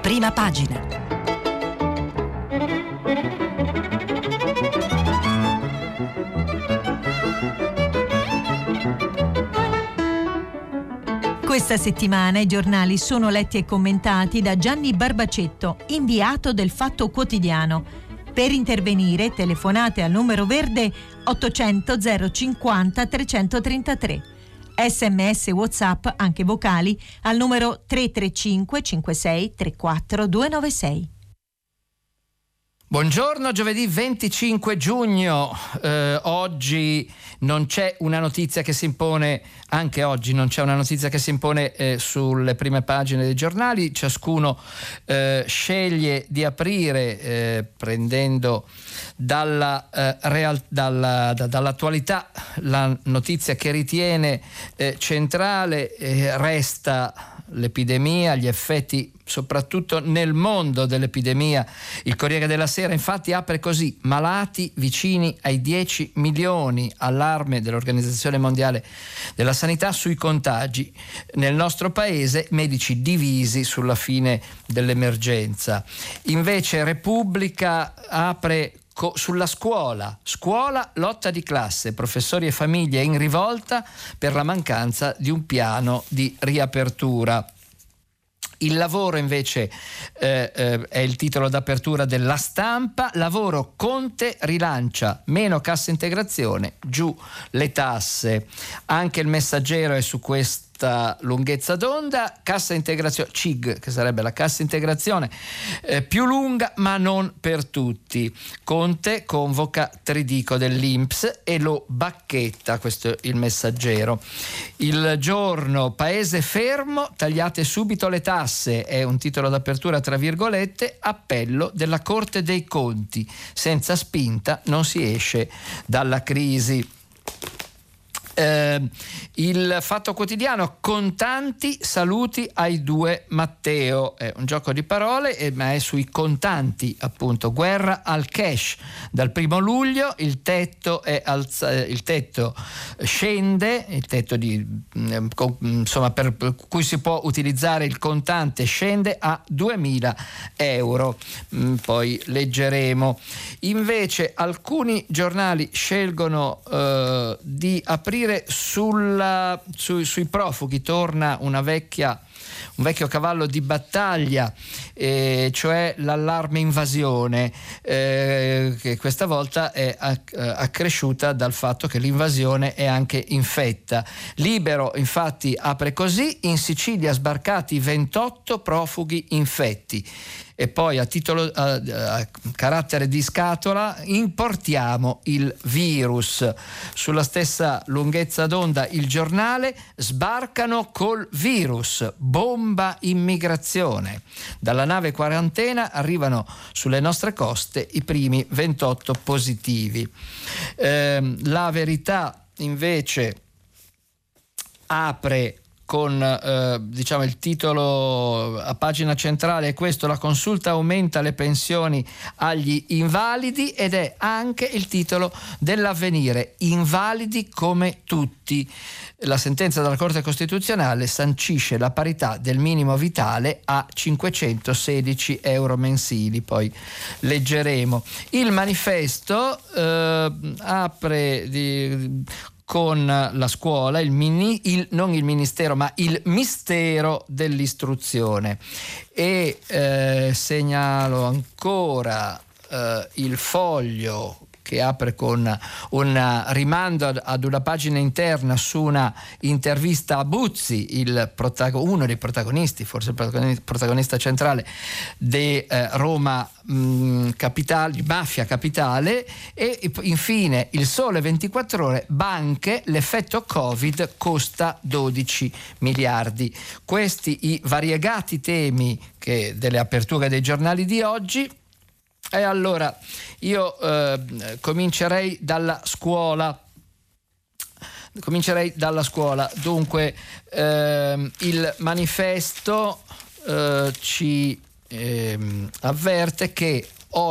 Prima pagina. Questa settimana i giornali sono letti e commentati da Gianni Barbacetto, inviato del Fatto Quotidiano. Per intervenire telefonate al numero verde 800 050 333. SMS WhatsApp, anche vocali, al numero 335 56 34 296. Buongiorno, giovedì 25 giugno. Oggi non c'è una notizia che si impone, anche oggi non c'è una notizia che si impone sulle prime pagine dei giornali. Ciascuno sceglie di aprire prendendo dall'attualità la notizia che ritiene centrale. Resta l'epidemia, gli effetti soprattutto nel mondo dell'epidemia. Il Corriere della Sera infatti apre così: malati vicini ai 10 milioni, allarme dell'Organizzazione Mondiale della Sanità sui contagi. Nel nostro paese medici divisi sulla fine dell'emergenza. Invece Repubblica apre sulla scuola, lotta di classe, professori e famiglie in rivolta per la mancanza di un piano di riapertura. Il lavoro invece è il titolo d'apertura della Stampa. Lavoro, Conte rilancia, meno cassa integrazione, giù le tasse. Anche il Messaggero è su questa lunghezza d'onda. Cassa integrazione, CIG, che sarebbe la cassa integrazione più lunga ma non per tutti. Conte convoca Tridico dell'Inps e lo bacchetta, questo è il Messaggero. Il Giorno, paese fermo, tagliate subito le tasse, è un titolo d'apertura tra virgolette. Appello della Corte dei Conti, senza spinta non si esce dalla crisi. Il Fatto Quotidiano, contanti, saluti ai due Matteo, è un gioco di parole, ma è sui contanti appunto. Guerra al cash dal 1 luglio, il tetto scende, il tetto per cui si può utilizzare il contante scende a 2.000 euro. Poi leggeremo. Invece alcuni giornali scelgono di aprire sui profughi. Torna un vecchio cavallo di battaglia, cioè l'allarme invasione, che questa volta è accresciuta dal fatto che l'invasione è anche infetta. Libero infatti apre così: in Sicilia sbarcati 28 profughi infetti. E poi a carattere di scatola, importiamo il virus. Sulla stessa lunghezza d'onda Il Giornale, sbarcano col virus, bomba immigrazione. Dalla nave quarantena arrivano sulle nostre coste i primi 28 positivi. La Verità invece apre con il titolo a pagina centrale è questo: la consulta aumenta le pensioni agli invalidi, ed è anche il titolo dell'Avvenire: invalidi come tutti. La sentenza della Corte Costituzionale sancisce la parità del minimo vitale a 516 euro mensili. Poi leggeremo. Il Manifesto apre con la scuola, non il ministero ma il mistero dell'istruzione, e segnalo ancora il Foglio, che apre con un rimando ad una pagina interna su una intervista a Buzzi, uno dei protagonisti, forse il protagonista centrale di Roma Capitale, di Mafia Capitale. E infine Il Sole 24 Ore, banche, l'effetto Covid costa 12 miliardi. Questi i variegati temi delle aperture dei giornali di oggi. E allora io comincerei dalla scuola. Dunque il Manifesto ci avverte che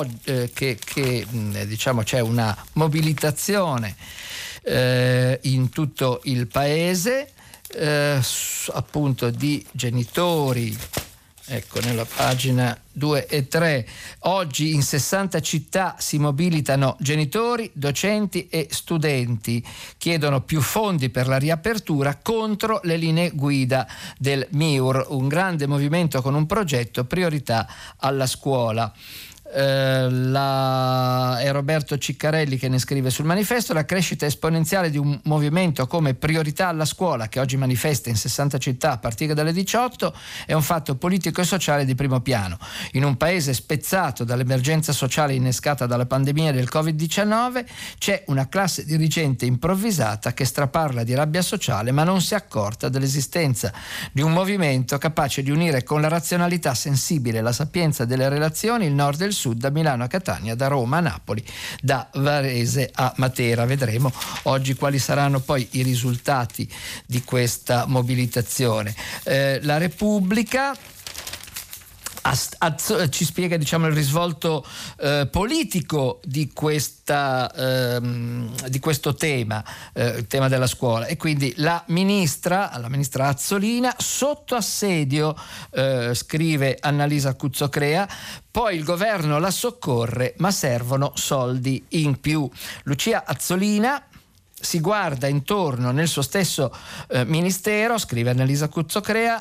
c'è una mobilitazione in tutto il paese, appunto di genitori ecco, nella pagina 2 e 3. Oggi in 60 città si mobilitano genitori, docenti e studenti. Chiedono più fondi per la riapertura contro le linee guida del MIUR, un grande movimento con un progetto priorità alla scuola. È Roberto Ciccarelli che ne scrive sul manifesto: la crescita esponenziale di un movimento come priorità alla scuola, che oggi manifesta in 60 città a partire dalle 18, è un fatto politico e sociale di primo piano. In un paese spezzato dall'emergenza sociale innescata dalla pandemia del Covid-19 c'è una classe dirigente improvvisata che straparla di rabbia sociale, ma non si è accorta dell'esistenza di un movimento capace di unire con la razionalità sensibile e la sapienza delle relazioni il nord e il sud, da Milano a Catania, da Roma a Napoli, da Varese a Matera. Vedremo oggi quali saranno poi i risultati di questa mobilitazione. La Repubblica ci spiega, diciamo, il risvolto politico di questo tema, il tema della scuola, e quindi la ministra Azzolina sotto assedio, scrive Annalisa Cuzzocrea. Poi il governo la soccorre, ma servono soldi in più. Lucia Azzolina si guarda intorno nel suo stesso ministero, scrive Annalisa Cuzzocrea,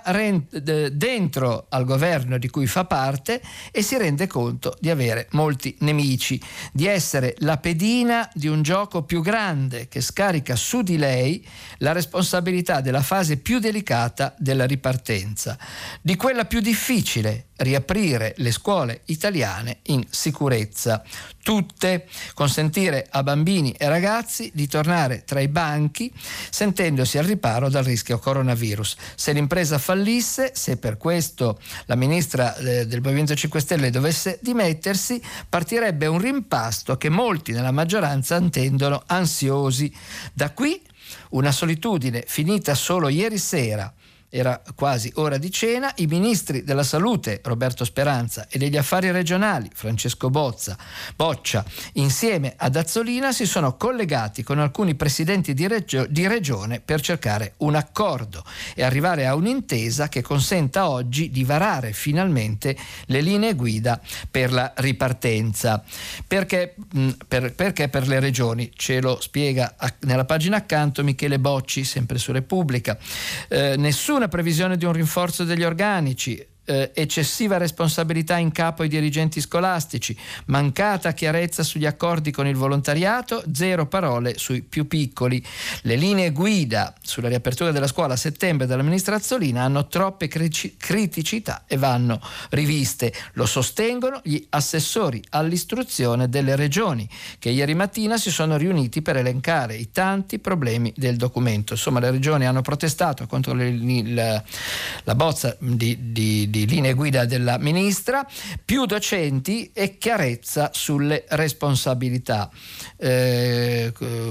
dentro al governo di cui fa parte, e si rende conto di avere molti nemici, di essere la pedina di un gioco più grande che scarica su di lei la responsabilità della fase più delicata della ripartenza, di quella più difficile: riaprire le scuole italiane in sicurezza. Tutte, consentire a bambini e ragazzi di tornare tra i banchi sentendosi al riparo dal rischio coronavirus. Se l'impresa fallisse, se per questo la ministra del Movimento 5 Stelle dovesse dimettersi, partirebbe un rimpasto che molti nella maggioranza intendono ansiosi. Da qui una solitudine finita solo ieri sera. Era quasi ora di cena, i ministri della salute Roberto Speranza e degli affari regionali Francesco Boccia, insieme ad Azzolina, si sono collegati con alcuni presidenti di regione per cercare un accordo e arrivare a un'intesa che consenta oggi di varare finalmente le linee guida per la ripartenza. Perché per le regioni? Ce lo spiega nella pagina accanto Michele Bocci, sempre su Repubblica. Nessuna previsione di un rinforzo degli organici, eccessiva responsabilità in capo ai dirigenti scolastici, mancata chiarezza sugli accordi con il volontariato, zero parole sui più piccoli. Le linee guida sulla riapertura della scuola a settembre della ministra Azzolina hanno troppe criticità e vanno riviste. Lo sostengono gli assessori all'istruzione delle regioni, che ieri mattina si sono riuniti per elencare i tanti problemi del documento. Insomma, le regioni hanno protestato contro la bozza di linee guida della ministra, più docenti e chiarezza sulle responsabilità. Per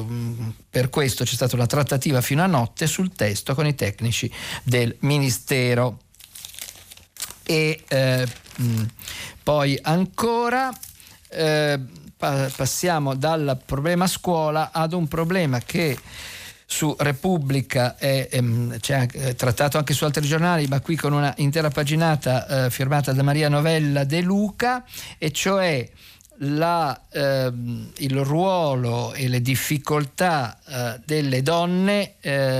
questo c'è stata una trattativa fino a notte sul testo con i tecnici del Ministero. E poi ancora passiamo dal problema scuola ad un problema che su Repubblica c'è trattato anche su altri giornali, ma qui con una intera paginata firmata da Maria Novella De Luca, e cioè il ruolo e le difficoltà delle donne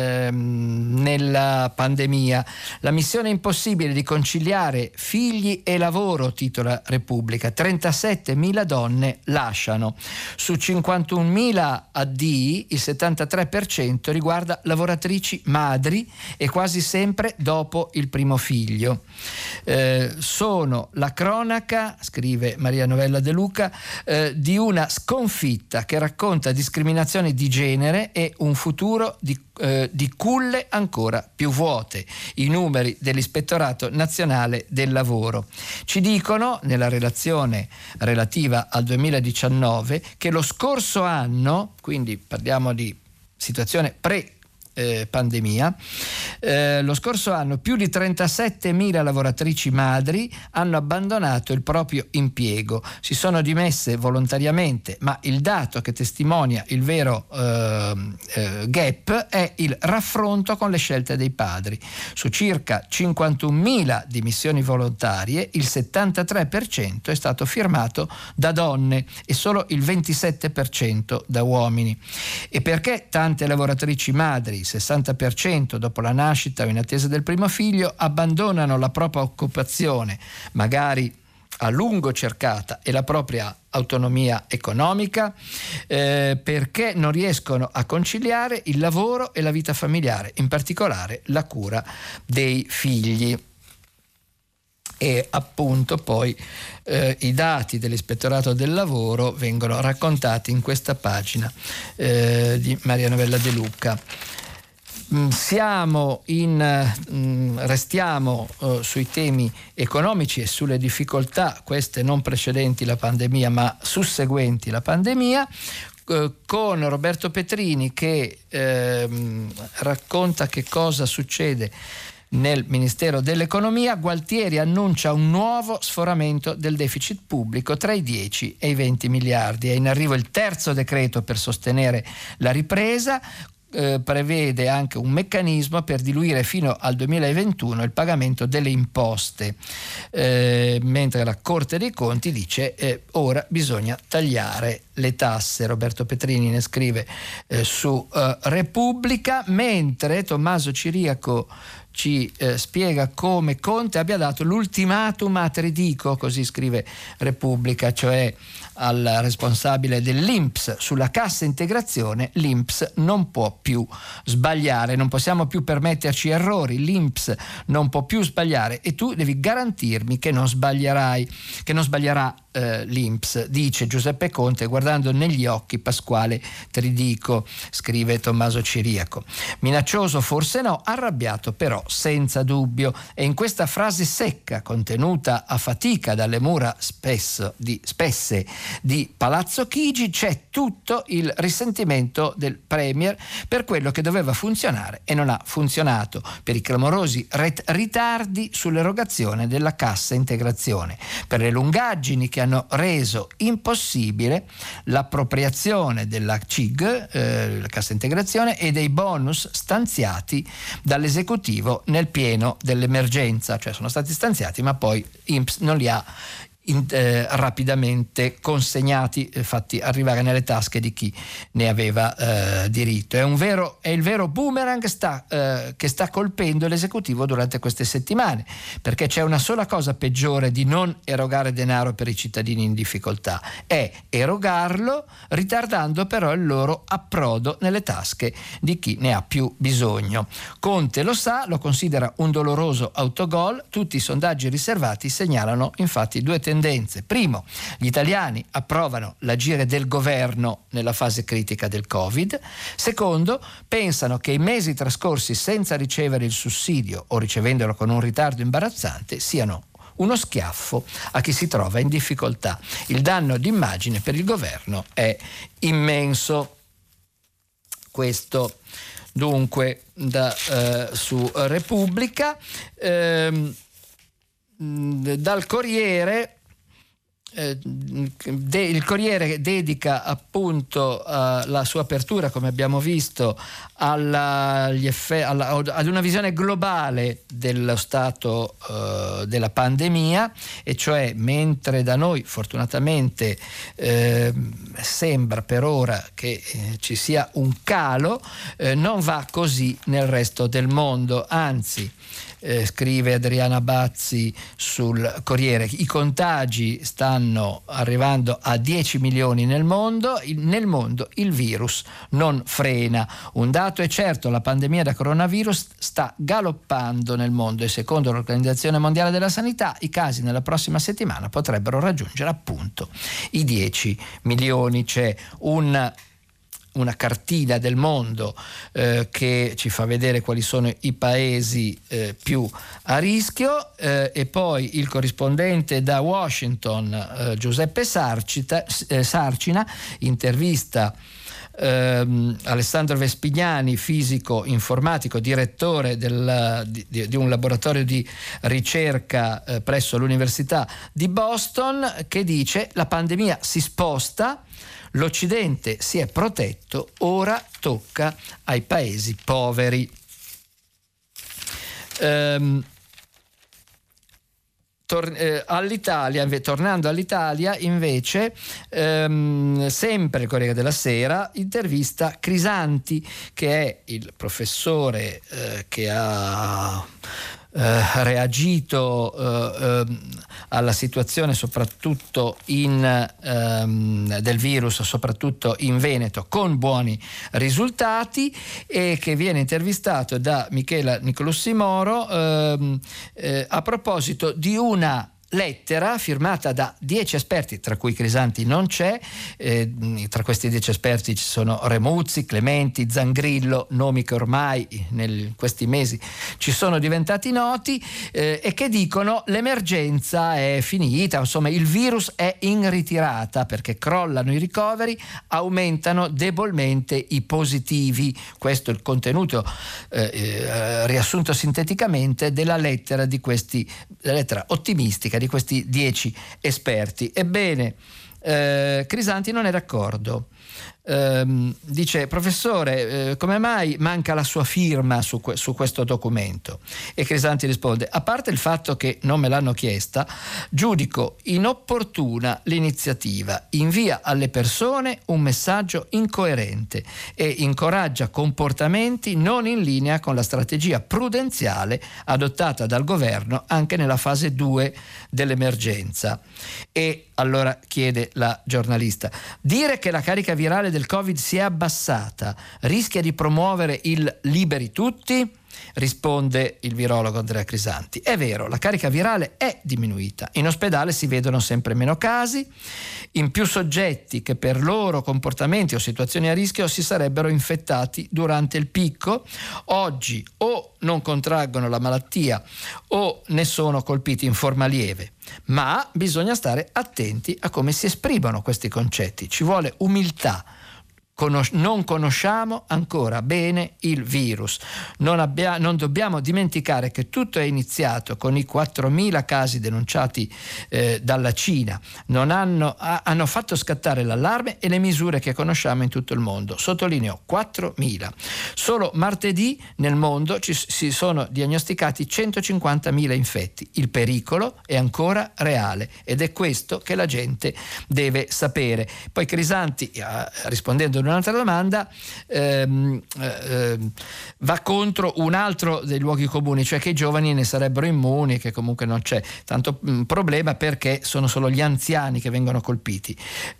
nella pandemia. La missione impossibile di conciliare figli e lavoro, titola Repubblica. 37.000 donne lasciano. Su 51.000 ADI il 73% riguarda lavoratrici madri, e quasi sempre dopo il primo figlio. Sono la cronaca, scrive Maria Novella De Luca, di una sconfitta che racconta discriminazione di genere e un futuro di culle ancora più vuote. I numeri dell'Ispettorato Nazionale del Lavoro ci dicono, nella relazione relativa al 2019, che lo scorso anno, quindi parliamo di situazione pandemia. Lo scorso anno più di 37.000 lavoratrici madri hanno abbandonato il proprio impiego, si sono dimesse volontariamente, ma il dato che testimonia il vero gap è il raffronto con le scelte dei padri. Su circa 51.000 dimissioni volontarie il 73% è stato firmato da donne e solo il 27% da uomini. E perché tante lavoratrici madri, 60% dopo la nascita o in attesa del primo figlio, abbandonano la propria occupazione, magari a lungo cercata, e la propria autonomia economica? Perché non riescono a conciliare il lavoro e la vita familiare, in particolare la cura dei figli. E appunto poi i dati dell'Ispettorato del Lavoro vengono raccontati in questa pagina di Maria Novella De Luca. Restiamo sui temi economici e sulle difficoltà, queste non precedenti la pandemia ma susseguenti la pandemia, con Roberto Petrini che racconta che cosa succede nel Ministero dell'Economia. Gualtieri annuncia un nuovo sforamento del deficit pubblico tra i 10 e i 20 miliardi. È in arrivo il terzo decreto per sostenere la ripresa. Prevede anche un meccanismo per diluire fino al 2021 il pagamento delle imposte, mentre la Corte dei Conti dice ora bisogna tagliare le tasse. Roberto Petrini ne scrive su Repubblica, mentre Tommaso Ciriaco ci spiega come Conte abbia dato l'ultimatum a Tridico, così scrive Repubblica, cioè al responsabile dell'INPS sulla cassa integrazione. L'INPS non può più sbagliare, non possiamo più permetterci errori, l'INPS non può più sbagliare e tu devi garantirmi che non sbaglierà l'INPS, dice Giuseppe Conte guardando negli occhi Pasquale Tridico, scrive Tommaso Ciriaco. Minaccioso forse no, arrabbiato però senza dubbio, e in questa frase secca contenuta a fatica dalle mura spesse di Palazzo Chigi c'è tutto il risentimento del Premier per quello che doveva funzionare e non ha funzionato, per i clamorosi ritardi sull'erogazione della cassa integrazione, per le lungaggini che hanno reso impossibile l'appropriazione della CIG, la cassa integrazione, e dei bonus stanziati dall'esecutivo nel pieno dell'emergenza, cioè sono stati stanziati ma poi INPS non li ha rapidamente consegnati, fatti arrivare nelle tasche di chi ne aveva diritto. È il vero boomerang che sta colpendo l'esecutivo durante queste settimane, perché c'è una sola cosa peggiore di non erogare denaro per i cittadini in difficoltà: è erogarlo ritardando però il loro approdo nelle tasche di chi ne ha più bisogno. Conte lo sa, lo considera un doloroso autogol. Tutti i sondaggi riservati segnalano infatti due tendenze. Primo, gli italiani approvano l'agire del governo nella fase critica del Covid. Secondo, pensano che i mesi trascorsi senza ricevere il sussidio o ricevendolo con un ritardo imbarazzante siano uno schiaffo a chi si trova in difficoltà. Il danno d'immagine per il governo è immenso. Questo dunque su Repubblica. Dal Corriere, il Corriere dedica appunto la sua apertura, come abbiamo visto, ad una visione globale dello stato della pandemia, e cioè mentre da noi fortunatamente sembra per ora che ci sia un calo, non va così nel resto del mondo, anzi scrive Adriana Bazzi sul Corriere, i contagi stanno arrivando a 10 milioni nel mondo il virus non frena. Un dato è certo: la pandemia da coronavirus sta galoppando nel mondo e secondo l'Organizzazione Mondiale della Sanità i casi nella prossima settimana potrebbero raggiungere appunto i 10 milioni. C'è una cartina del mondo che ci fa vedere quali sono i paesi più a rischio, e poi il corrispondente da Washington Giuseppe Sarcina intervista Alessandro Vespignani, fisico informatico, direttore di un laboratorio di ricerca presso l'Università di Boston, che dice: la pandemia si sposta, l'Occidente si è protetto, ora tocca ai paesi poveri. Tornando all'Italia invece, sempre il Corriere della Sera intervista Crisanti, che è il professore che ha reagito alla situazione soprattutto del virus, soprattutto in Veneto, con buoni risultati, e che viene intervistato da Michela Nicolussi Moro a proposito di una lettera firmata da 10 esperti, tra cui Crisanti non c'è. Tra questi 10 esperti ci sono Remuzzi, Clementi, Zangrillo, nomi che ormai in questi mesi ci sono diventati noti, e che dicono: l'emergenza è finita, insomma il virus è in ritirata, perché crollano i ricoveri, aumentano debolmente i positivi. Questo è il contenuto riassunto sinteticamente della lettera ottimistica di questi 10 esperti. Ebbene, Crisanti non è d'accordo. Dice: professore, come mai manca la sua firma su questo documento? E Crisanti risponde: a parte il fatto che non me l'hanno chiesta, giudico inopportuna l'iniziativa, invia alle persone un messaggio incoerente e incoraggia comportamenti non in linea con la strategia prudenziale adottata dal governo anche nella fase 2 dell'emergenza. E allora chiede la giornalista: dire che la carica virale del Covid si è abbassata rischia di promuovere il liberi tutti? Risponde il virologo Andrea Crisanti: è vero, la carica virale è diminuita, in ospedale si vedono sempre meno casi, in più soggetti che per loro comportamenti o situazioni a rischio si sarebbero infettati durante il picco, oggi o non contraggono la malattia o ne sono colpiti in forma lieve. Ma bisogna stare attenti a come si esprimono questi concetti, ci vuole umiltà. Non conosciamo ancora bene il virus. Non dobbiamo dimenticare che tutto è iniziato con i 4.000 casi denunciati dalla Cina. Hanno fatto scattare l'allarme e le misure che conosciamo in tutto il mondo. Sottolineo 4.000. Solo martedì nel mondo si sono diagnosticati 150.000 infetti. Il pericolo è ancora reale ed è questo che la gente deve sapere. Poi Crisanti, rispondendo un'altra domanda, va contro un altro dei luoghi comuni, cioè che i giovani ne sarebbero immuni, che comunque non c'è tanto problema perché sono solo gli anziani che vengono colpiti.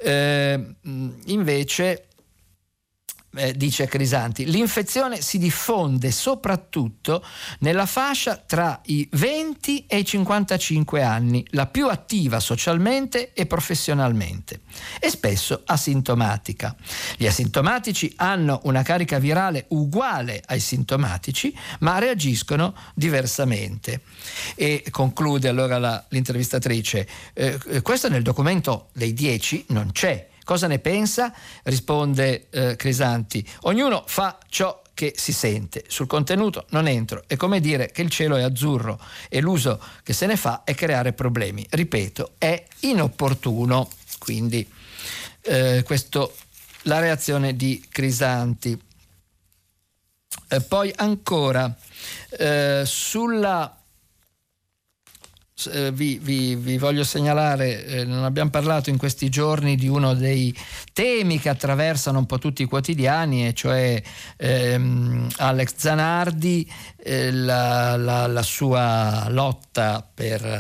Invece dice Crisanti, l'infezione si diffonde soprattutto nella fascia tra i 20 e i 55 anni, la più attiva socialmente e professionalmente, e spesso asintomatica. Gli asintomatici hanno una carica virale uguale ai sintomatici, ma reagiscono diversamente. E conclude allora l'intervistatrice: questo nel documento dei 10 non c'è. Cosa ne pensa? Risponde Crisanti: ognuno fa ciò che si sente, sul contenuto non entro, è come dire che il cielo è azzurro e l'uso che se ne fa è creare problemi. Ripeto, è inopportuno. Quindi questo la reazione di Crisanti. Poi ancora sulla vi voglio segnalare, non abbiamo parlato in questi giorni di uno dei temi che attraversano un po' tutti i quotidiani, e cioè Alex Zanardi, la sua lotta per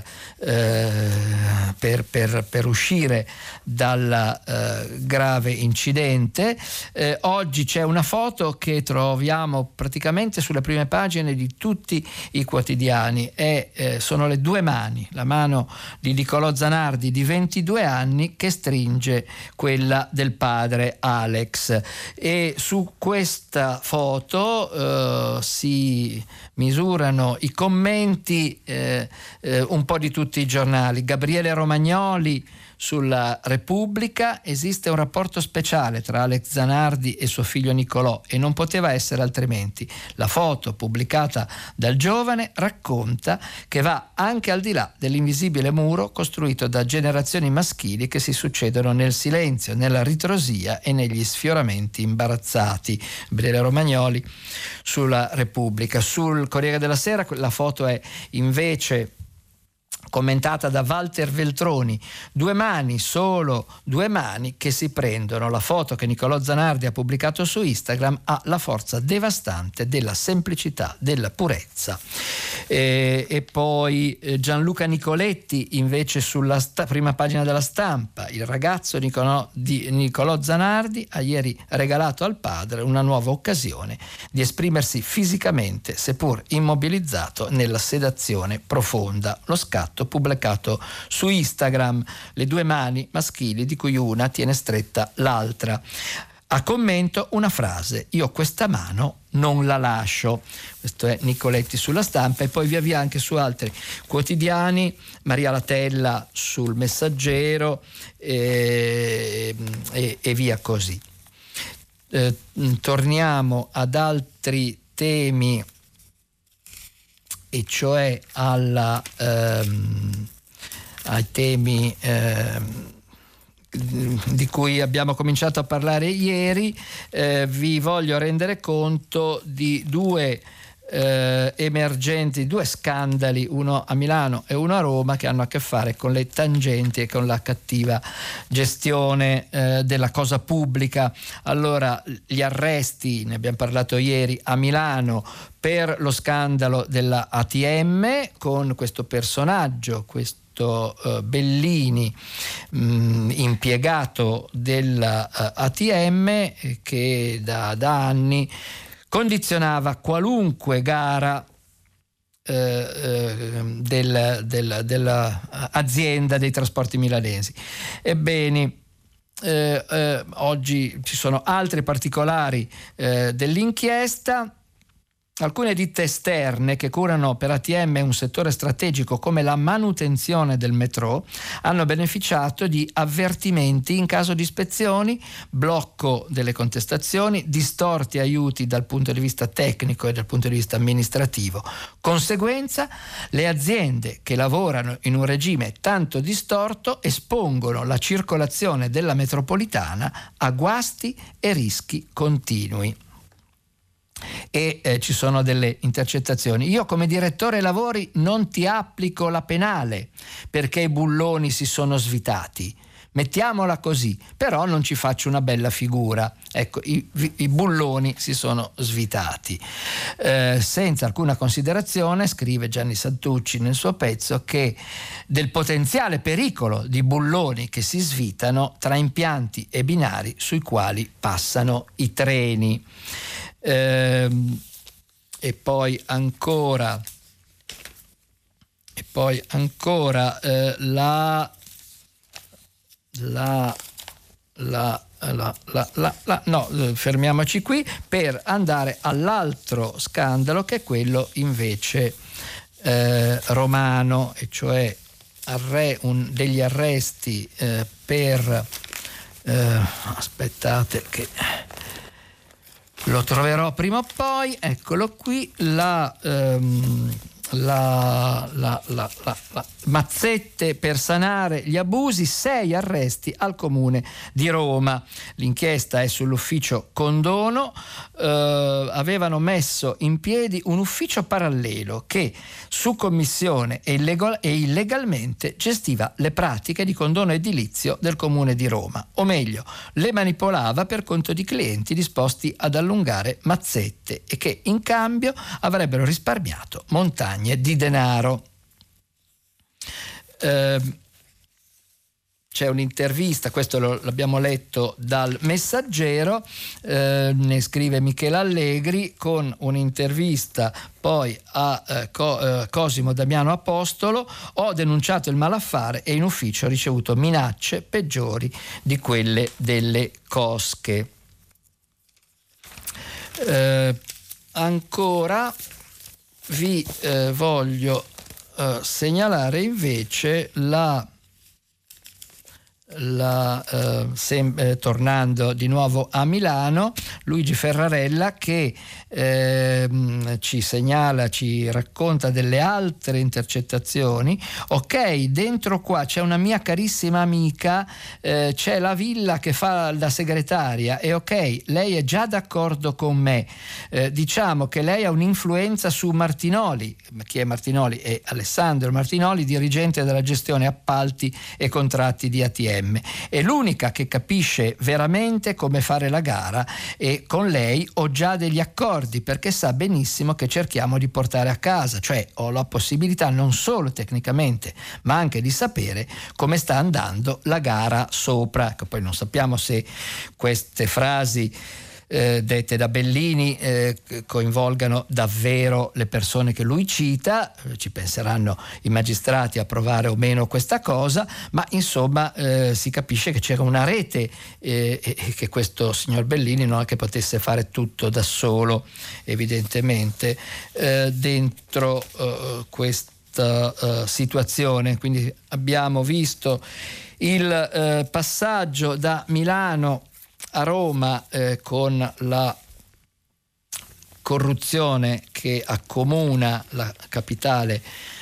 uscire dal grave incidente. Oggi c'è una foto che troviamo praticamente sulle prime pagine di tutti i quotidiani, sono le due mani, la mano di Nicolò Zanardi di 22 anni che stringe quella del padre Alex, e su questa foto si misurano i commenti un po' di tutti i giornali. Gabriele Romagnoli sulla Repubblica: esiste un rapporto speciale tra Alex Zanardi e suo figlio Nicolò e non poteva essere altrimenti. La foto pubblicata dal giovane racconta che va anche al di là dell'invisibile muro costruito da generazioni maschili che si succedono nel silenzio, nella ritrosia e negli sfioramenti imbarazzati. Gabriele Romagnoli sulla Repubblica. Sul Corriere della Sera la foto è invece commentata da Walter Veltroni: due mani, solo due mani che si prendono. La foto che Nicolò Zanardi ha pubblicato su Instagram ha la forza devastante della semplicità, della purezza. E poi Gianluca Nicoletti invece sulla prima pagina della Stampa: il ragazzo Nicolò Zanardi ha ieri regalato al padre una nuova occasione di esprimersi fisicamente, seppur immobilizzato nella sedazione profonda. Lo scatto pubblicato su Instagram, le due mani maschili di cui una tiene stretta l'altra. A commento una frase: io questa mano non la lascio. Questo è Nicoletti sulla Stampa. E poi via via anche su altri quotidiani: Maria Latella sul Messaggero e via così. Torniamo ad altri temi, e cioè ai temi di cui abbiamo cominciato a parlare ieri. Vi voglio rendere conto di due emergenti, due scandali, uno a Milano e uno a Roma, che hanno a che fare con le tangenti e con la cattiva gestione della cosa pubblica. Allora, gli arresti, ne abbiamo parlato ieri, a Milano per lo scandalo della ATM, con questo personaggio, questo Bellini, impiegato della ATM, che da anni condizionava qualunque gara dell'azienda dei trasporti milanesi. Ebbene, oggi ci sono altri particolari dell'inchiesta. Alcune ditte esterne che curano per ATM un settore strategico come la manutenzione del metro hanno beneficiato di avvertimenti in caso di ispezioni, blocco delle contestazioni, distorti aiuti dal punto di vista tecnico e dal punto di vista amministrativo. Conseguenza: le aziende che lavorano in un regime tanto distorto espongono la circolazione della metropolitana a guasti e rischi continui. E ci sono delle intercettazioni. Io come direttore lavori non ti applico la penale perché i bulloni si sono svitati, mettiamola così, però non ci faccio una bella figura. Ecco, i bulloni si sono svitati. Senza alcuna considerazione, scrive Gianni Santucci nel suo pezzo, che del potenziale pericolo di bulloni che si svitano tra impianti e binari sui quali passano i treni. E poi ancora fermiamoci qui per andare all'altro scandalo, che è quello invece romano, e cioè degli arresti per aspettate che lo troverò prima o poi, eccolo qui, la mazzette per sanare gli abusi, 6 arresti al comune di Roma. L'inchiesta è sull'ufficio condono. Avevano messo in piedi un ufficio parallelo che su commissione e illegalmente gestiva le pratiche di condono edilizio del comune di Roma, o meglio, le manipolava per conto di clienti disposti ad allungare mazzette e che in cambio avrebbero risparmiato montagne di denaro. C'è un'intervista, questo l'abbiamo letto dal Messaggero, ne scrive Michele Allegri, con un'intervista poi a Cosimo Damiano Apostolo: ho denunciato il malaffare e in ufficio ho ricevuto minacce peggiori di quelle delle cosche. Ancora vi voglio segnalare invece tornando di nuovo a Milano, Luigi Ferrarella, che ci segnala, ci racconta delle altre intercettazioni. Ok, dentro qua c'è una mia carissima amica, c'è la villa che fa da segretaria, e ok, lei è già d'accordo con me, diciamo che lei ha un'influenza su Martinoli. Chi è Martinoli? È Alessandro Martinoli, dirigente della gestione appalti e contratti di ATM. È l'unica che capisce veramente come fare la gara, e con lei ho già degli accordi, perché sa benissimo che cerchiamo di portare a casa, cioè ho la possibilità non solo tecnicamente ma anche di sapere come sta andando la gara sopra. Poi non sappiamo se queste frasi dette da Bellini coinvolgano davvero le persone che lui cita. Ci penseranno i magistrati a provare o meno questa cosa, ma insomma si capisce che c'era una rete e che questo signor Bellini non è che potesse fare tutto da solo, evidentemente, dentro questa situazione. Quindi abbiamo visto il passaggio da Milano a Roma con la corruzione che accomuna la capitale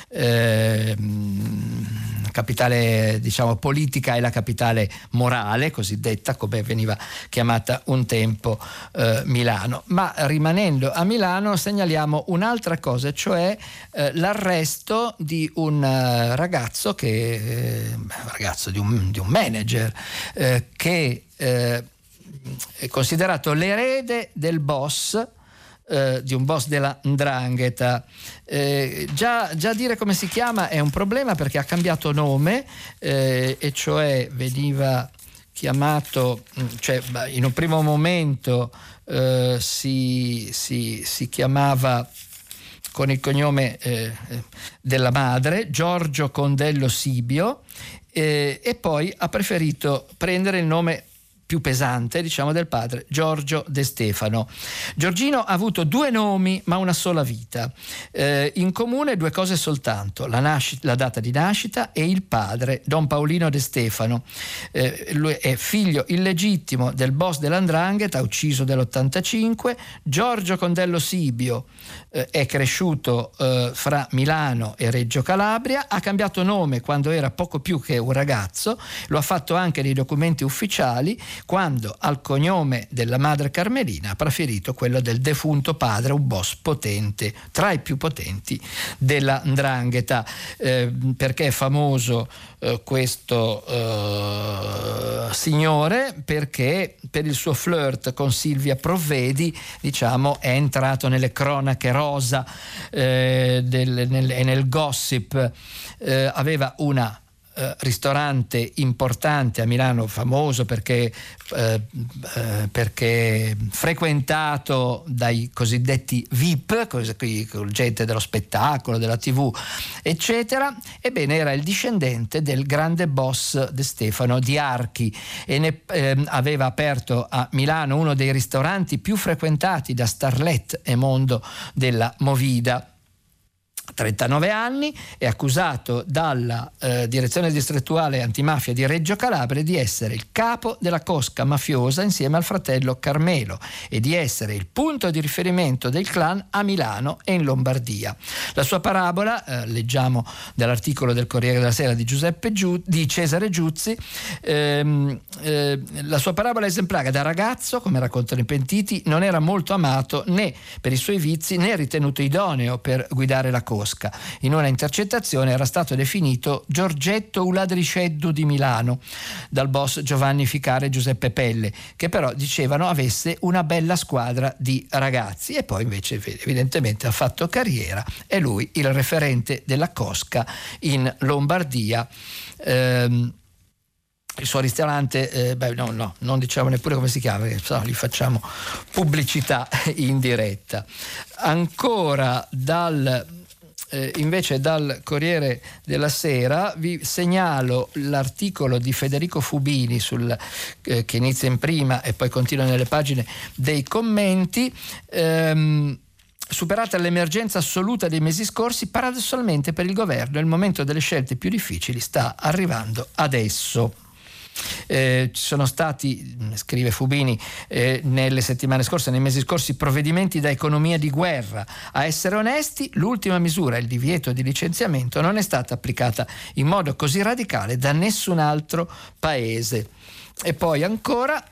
diciamo politica e la capitale morale, cosiddetta, come veniva chiamata un tempo Milano. Ma rimanendo a Milano segnaliamo un'altra cosa, cioè l'arresto di un ragazzo di un manager che è considerato l'erede del boss, di un boss della 'ndrangheta. Già dire come si chiama è un problema, perché ha cambiato nome, e cioè veniva chiamato, cioè in un primo momento si chiamava con il cognome della madre, Giorgio Condello Sibio, e poi ha preferito prendere il nome più pesante, diciamo, del padre, Giorgio De Stefano. Giorgino ha avuto due nomi ma una sola vita, in comune due cose soltanto: la data di nascita e il padre, Don Paolino De Stefano. Lui è figlio illegittimo del boss dell''ndrangheta, ucciso nell'85. Giorgio Condello Sibio è cresciuto fra Milano e Reggio Calabria, ha cambiato nome quando era poco più che un ragazzo, lo ha fatto anche nei documenti ufficiali, quando al cognome della madre Carmelina ha preferito quello del defunto padre, un boss potente, tra i più potenti della 'ndrangheta. Perché è famoso questo signore? Perché per il suo flirt con Silvia Provvedi, diciamo, è entrato nelle cronache rosa e nel gossip. Aveva una ristorante importante a Milano, famoso perché frequentato dai cosiddetti VIP, con gente dello spettacolo, della TV, eccetera. Ebbene, era il discendente del grande boss De Stefano di Archi, e aveva aperto a Milano uno dei ristoranti più frequentati da starlet e mondo della movida. 39 anni, è accusato dalla direzione distrettuale antimafia di Reggio Calabria di essere il capo della cosca mafiosa insieme al fratello Carmelo e di essere il punto di riferimento del clan a Milano e in Lombardia. La sua parabola, leggiamo dall'articolo del Corriere della Sera di Cesare Giuzzi, la sua parabola esemplare: da ragazzo, come raccontano i pentiti, non era molto amato né per i suoi vizi né ritenuto idoneo per guidare la cosca. In una intercettazione era stato definito Giorgetto Uladriceddu di Milano dal boss Giovanni Ficare e Giuseppe Pelle, che però dicevano avesse una bella squadra di ragazzi, e poi invece evidentemente ha fatto carriera, è lui il referente della cosca in Lombardia. Il suo ristorante, non diciamo neppure come si chiama, perché gli facciamo pubblicità in diretta. Ancora invece dal Corriere della Sera vi segnalo l'articolo di Federico Fubini che inizia in prima e poi continua nelle pagine dei commenti. Superata l'emergenza assoluta dei mesi scorsi, paradossalmente per il governo il momento delle scelte più difficili sta arrivando adesso. Ci sono stati, scrive Fubini, nelle settimane scorse, nei mesi scorsi, provvedimenti da economia di guerra. A essere onesti, l'ultima misura, il divieto di licenziamento, non è stata applicata in modo così radicale da nessun altro paese. E poi ancora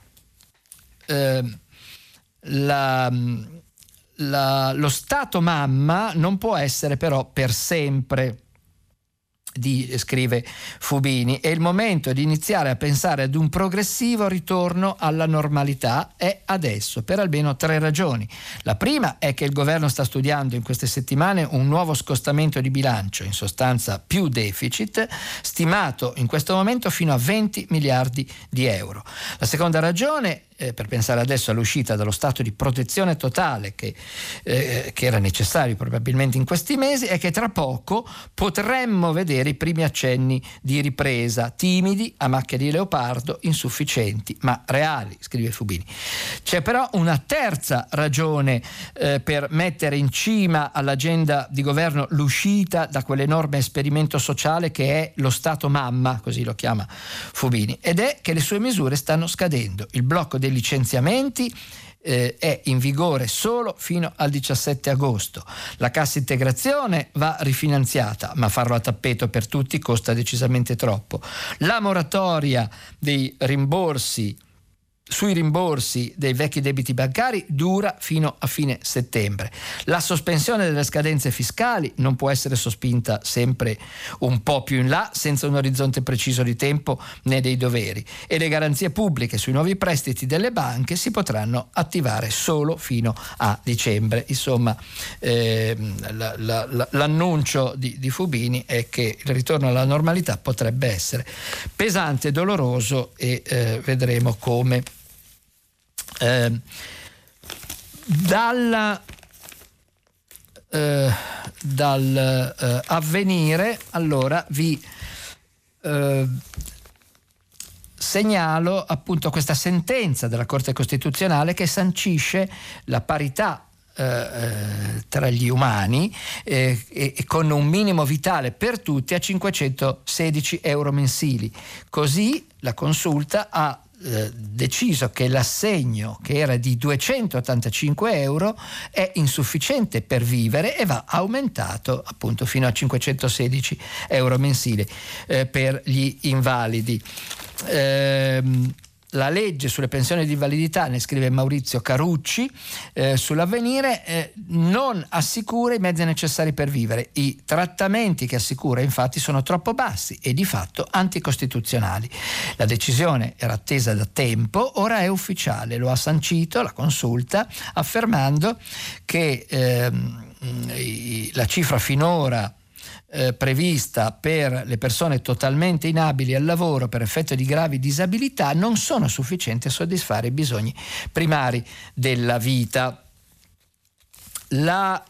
lo Stato mamma non può essere però per sempre, scrive Fubini. È il momento di iniziare a pensare ad un progressivo ritorno alla normalità, è adesso, per almeno 3 ragioni. La prima è che il governo sta studiando in queste settimane un nuovo scostamento di bilancio, in sostanza più deficit, stimato in questo momento fino a 20 miliardi di euro. La seconda ragione, per pensare adesso all'uscita dallo stato di protezione totale che era necessario probabilmente in questi mesi, è che tra poco potremmo vedere i primi accenni di ripresa, timidi, a macchia di leopardo, insufficienti ma reali, scrive Fubini. C'è però una terza ragione per mettere in cima all'agenda di governo l'uscita da quell'enorme esperimento sociale che è lo Stato mamma, così lo chiama Fubini, ed è che le sue misure stanno scadendo. Il blocco dei licenziamenti è in vigore solo fino al 17 agosto. La cassa integrazione va rifinanziata, ma farlo a tappeto per tutti costa decisamente troppo. La moratoria dei rimborsi sui rimborsi dei vecchi debiti bancari dura fino a fine settembre. La sospensione delle scadenze fiscali non può essere sospinta sempre un po' più in là, senza un orizzonte preciso di tempo né dei doveri, e le garanzie pubbliche sui nuovi prestiti delle banche si potranno attivare solo fino a dicembre. Insomma, l'annuncio di Fubini è che il ritorno alla normalità potrebbe essere pesante, doloroso e vedremo come. Dal Avvenire allora vi segnalo appunto questa sentenza della Corte Costituzionale che sancisce la parità tra gli umani e con un minimo vitale per tutti a 516 euro mensili. Così la Consulta ha deciso che l'assegno, che era di 285 euro, è insufficiente per vivere e va aumentato appunto fino a 516 euro mensili per gli invalidi. La legge sulle pensioni di invalidità, ne scrive Maurizio Carucci sull'Avvenire, non assicura i mezzi necessari per vivere. I trattamenti che assicura infatti sono troppo bassi e di fatto anticostituzionali. La decisione era attesa da tempo, ora è ufficiale, lo ha sancito la Consulta affermando che la cifra finora prevista per le persone totalmente inabili al lavoro per effetto di gravi disabilità non sono sufficienti a soddisfare i bisogni primari della vita. Il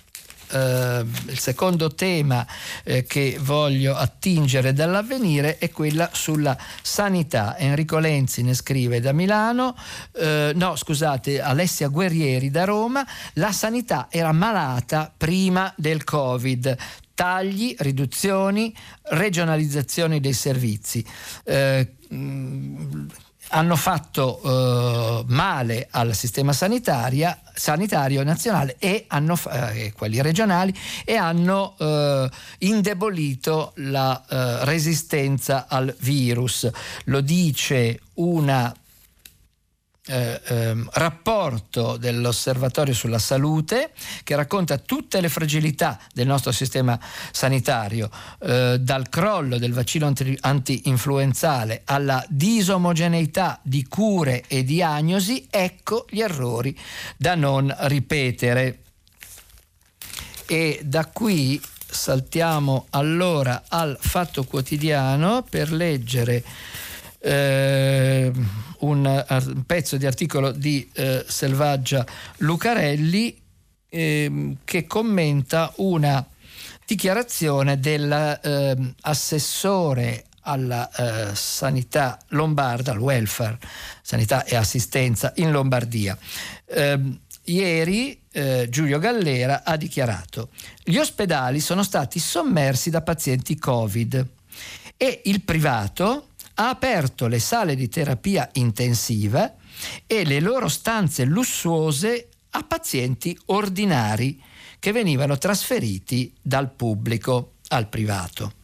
secondo tema che voglio attingere dall'Avvenire è quella sulla sanità. Enrico Lenzi ne scrive da Milano, Alessia Guerrieri da Roma: la sanità era malata prima del Covid. Tagli, riduzioni, regionalizzazioni dei servizi hanno fatto male al sistema sanitario nazionale e quelli regionali, e hanno indebolito la resistenza al virus. Lo dice una rapporto dell'Osservatorio sulla Salute che racconta tutte le fragilità del nostro sistema sanitario, dal crollo del vaccino anti-influenzale alla disomogeneità di cure e diagnosi. Ecco gli errori da non ripetere. E da qui saltiamo allora al Fatto Quotidiano per leggere un pezzo di articolo di Selvaggia Lucarelli che commenta una dichiarazione dell'assessore alla sanità lombarda, al welfare, sanità e assistenza in Lombardia. Ieri Giulio Gallera ha dichiarato: gli ospedali sono stati sommersi da pazienti Covid e il privato ha aperto le sale di terapia intensiva e le loro stanze lussuose a pazienti ordinari che venivano trasferiti dal pubblico al privato.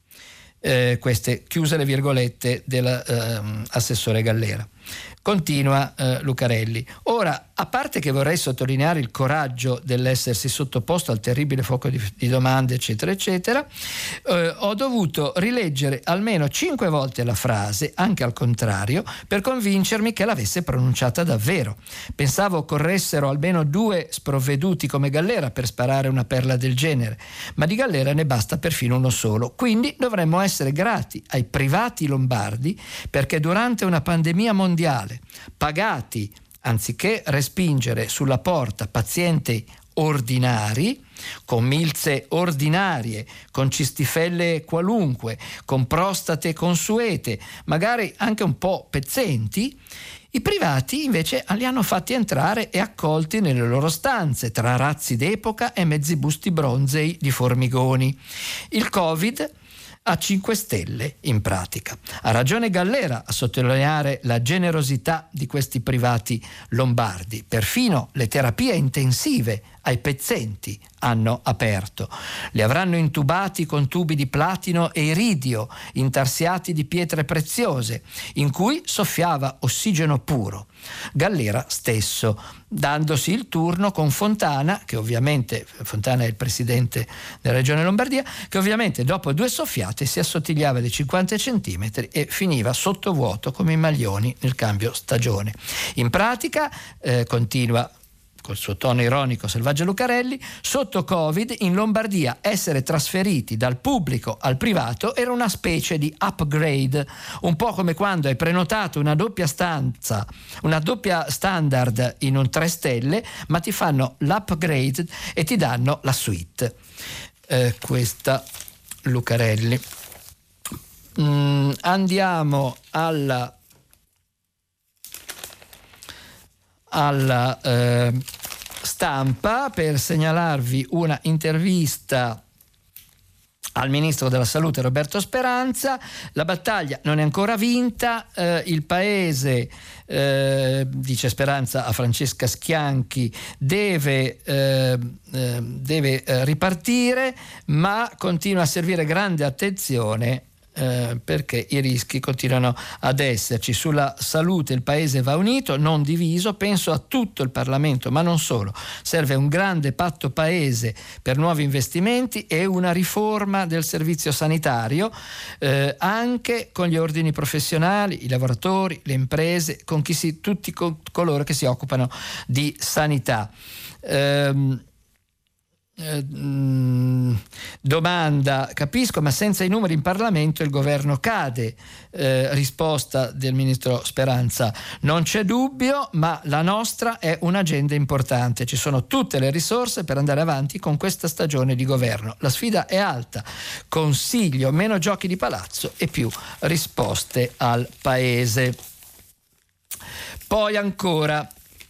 Queste chiuse le virgolette dell'assessore Gallera. Continua Lucarelli. Ora, a parte che vorrei sottolineare il coraggio dell'essersi sottoposto al terribile fuoco di domande, eccetera, eccetera, ho dovuto rileggere almeno 5 volte la frase, anche al contrario, per convincermi che l'avesse pronunciata davvero. Pensavo occorressero almeno 2 sprovveduti come Gallera per sparare una perla del genere, ma di Gallera ne basta perfino uno solo. Quindi dovremmo essere grati ai privati lombardi perché durante una pandemia mondiale, pagati anziché respingere sulla porta pazienti ordinari, con milze ordinarie, con cistifelle qualunque, con prostate consuete, magari anche un po' pezzenti, i privati invece li hanno fatti entrare e accolti nelle loro stanze, tra razzi d'epoca e mezzi busti bronzei di formigoni. Il Covid a 5 stelle in pratica. Ha ragione Gallera a sottolineare la generosità di questi privati lombardi. Perfino le terapie intensive ai pezzenti hanno aperto. Li avranno intubati con tubi di platino e iridio, intarsiati di pietre preziose, in cui soffiava ossigeno puro. Gallera stesso, dandosi il turno con Fontana, che ovviamente, Fontana è il presidente della Regione Lombardia, che ovviamente dopo 2 soffiate si assottigliava di 50 centimetri e finiva sottovuoto come i maglioni nel cambio stagione. In pratica, continua col suo tono ironico selvaggio Lucarelli, sotto Covid in Lombardia essere trasferiti dal pubblico al privato era una specie di upgrade, un po' come quando hai prenotato una doppia stanza, una doppia standard in un 3 stelle, ma ti fanno l'upgrade e ti danno la suite. Questa Lucarelli. Andiamo alla Stampa per segnalarvi una intervista al ministro della Salute Roberto Speranza. La battaglia non è ancora vinta, il paese, dice Speranza a Francesca Schianchi, deve ripartire, ma continua a servire grande attenzione perché i rischi continuano ad esserci. Sulla salute il paese va unito, non diviso. Penso a tutto il Parlamento, ma non solo. Serve un grande patto paese per nuovi investimenti e una riforma del servizio sanitario, anche con gli ordini professionali, i lavoratori, le imprese, con tutti coloro che si occupano di sanità. Domanda: capisco, ma senza i numeri in Parlamento il governo cade. Risposta del ministro Speranza: non c'è dubbio, ma la nostra è un'agenda importante, ci sono tutte le risorse per andare avanti con questa stagione di governo. La sfida è alta, Consiglio, meno giochi di palazzo e più risposte al paese. Poi ancora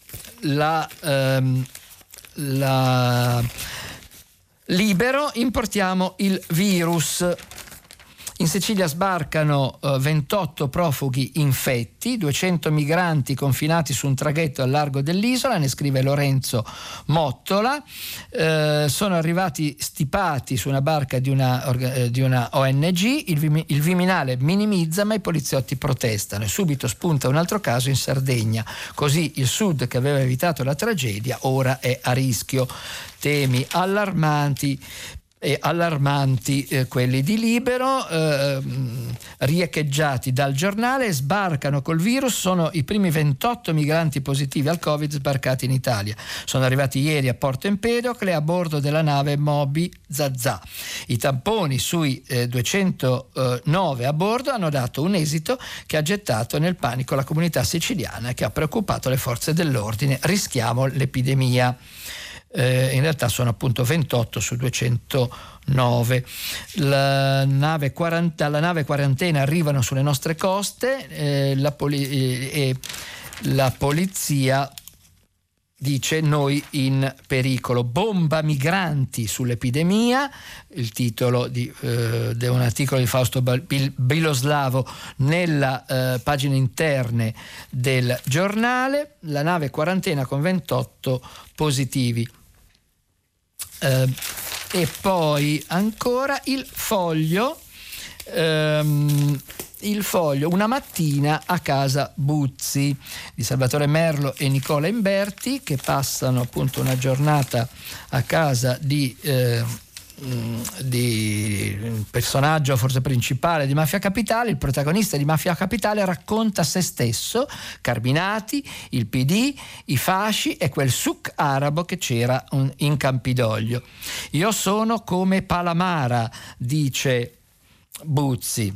Libero, importiamo il virus. In Sicilia sbarcano 28 profughi infetti, 200 migranti confinati su un traghetto al largo dell'isola, ne scrive Lorenzo Mottola. Sono arrivati stipati su una barca di una ONG, il Viminale minimizza ma i poliziotti protestano e subito spunta un altro caso in Sardegna. Così il sud, che aveva evitato la tragedia, ora è a rischio. Temi allarmanti quelli di Libero, riecheggiati dal giornale. Sbarcano col virus, sono i primi 28 migranti positivi al Covid sbarcati in Italia. Sono arrivati ieri a Porto Empedocle a bordo della nave Moby Zazà. I tamponi sui 209 a bordo hanno dato un esito che ha gettato nel panico la comunità siciliana e che ha preoccupato le forze dell'ordine. Rischiamo l'epidemia. In realtà sono appunto 28 su 209. La nave quarantena arrivano sulle nostre coste, la polizia dice noi in pericolo. Bomba migranti sull'epidemia, il titolo di un articolo di Fausto Biloslavo nella pagine interne del giornale. La nave quarantena con 28 positivi. E poi ancora il Foglio, una mattina a casa Buzzi di Salvatore Merlo e Nicola Imberti, che passano appunto una giornata a casa di personaggio forse principale di Mafia Capitale. Il protagonista di Mafia Capitale racconta se stesso, Carminati, il PD, i fasci e quel souk arabo che c'era in Campidoglio. Io sono come Palamara, dice Buzzi.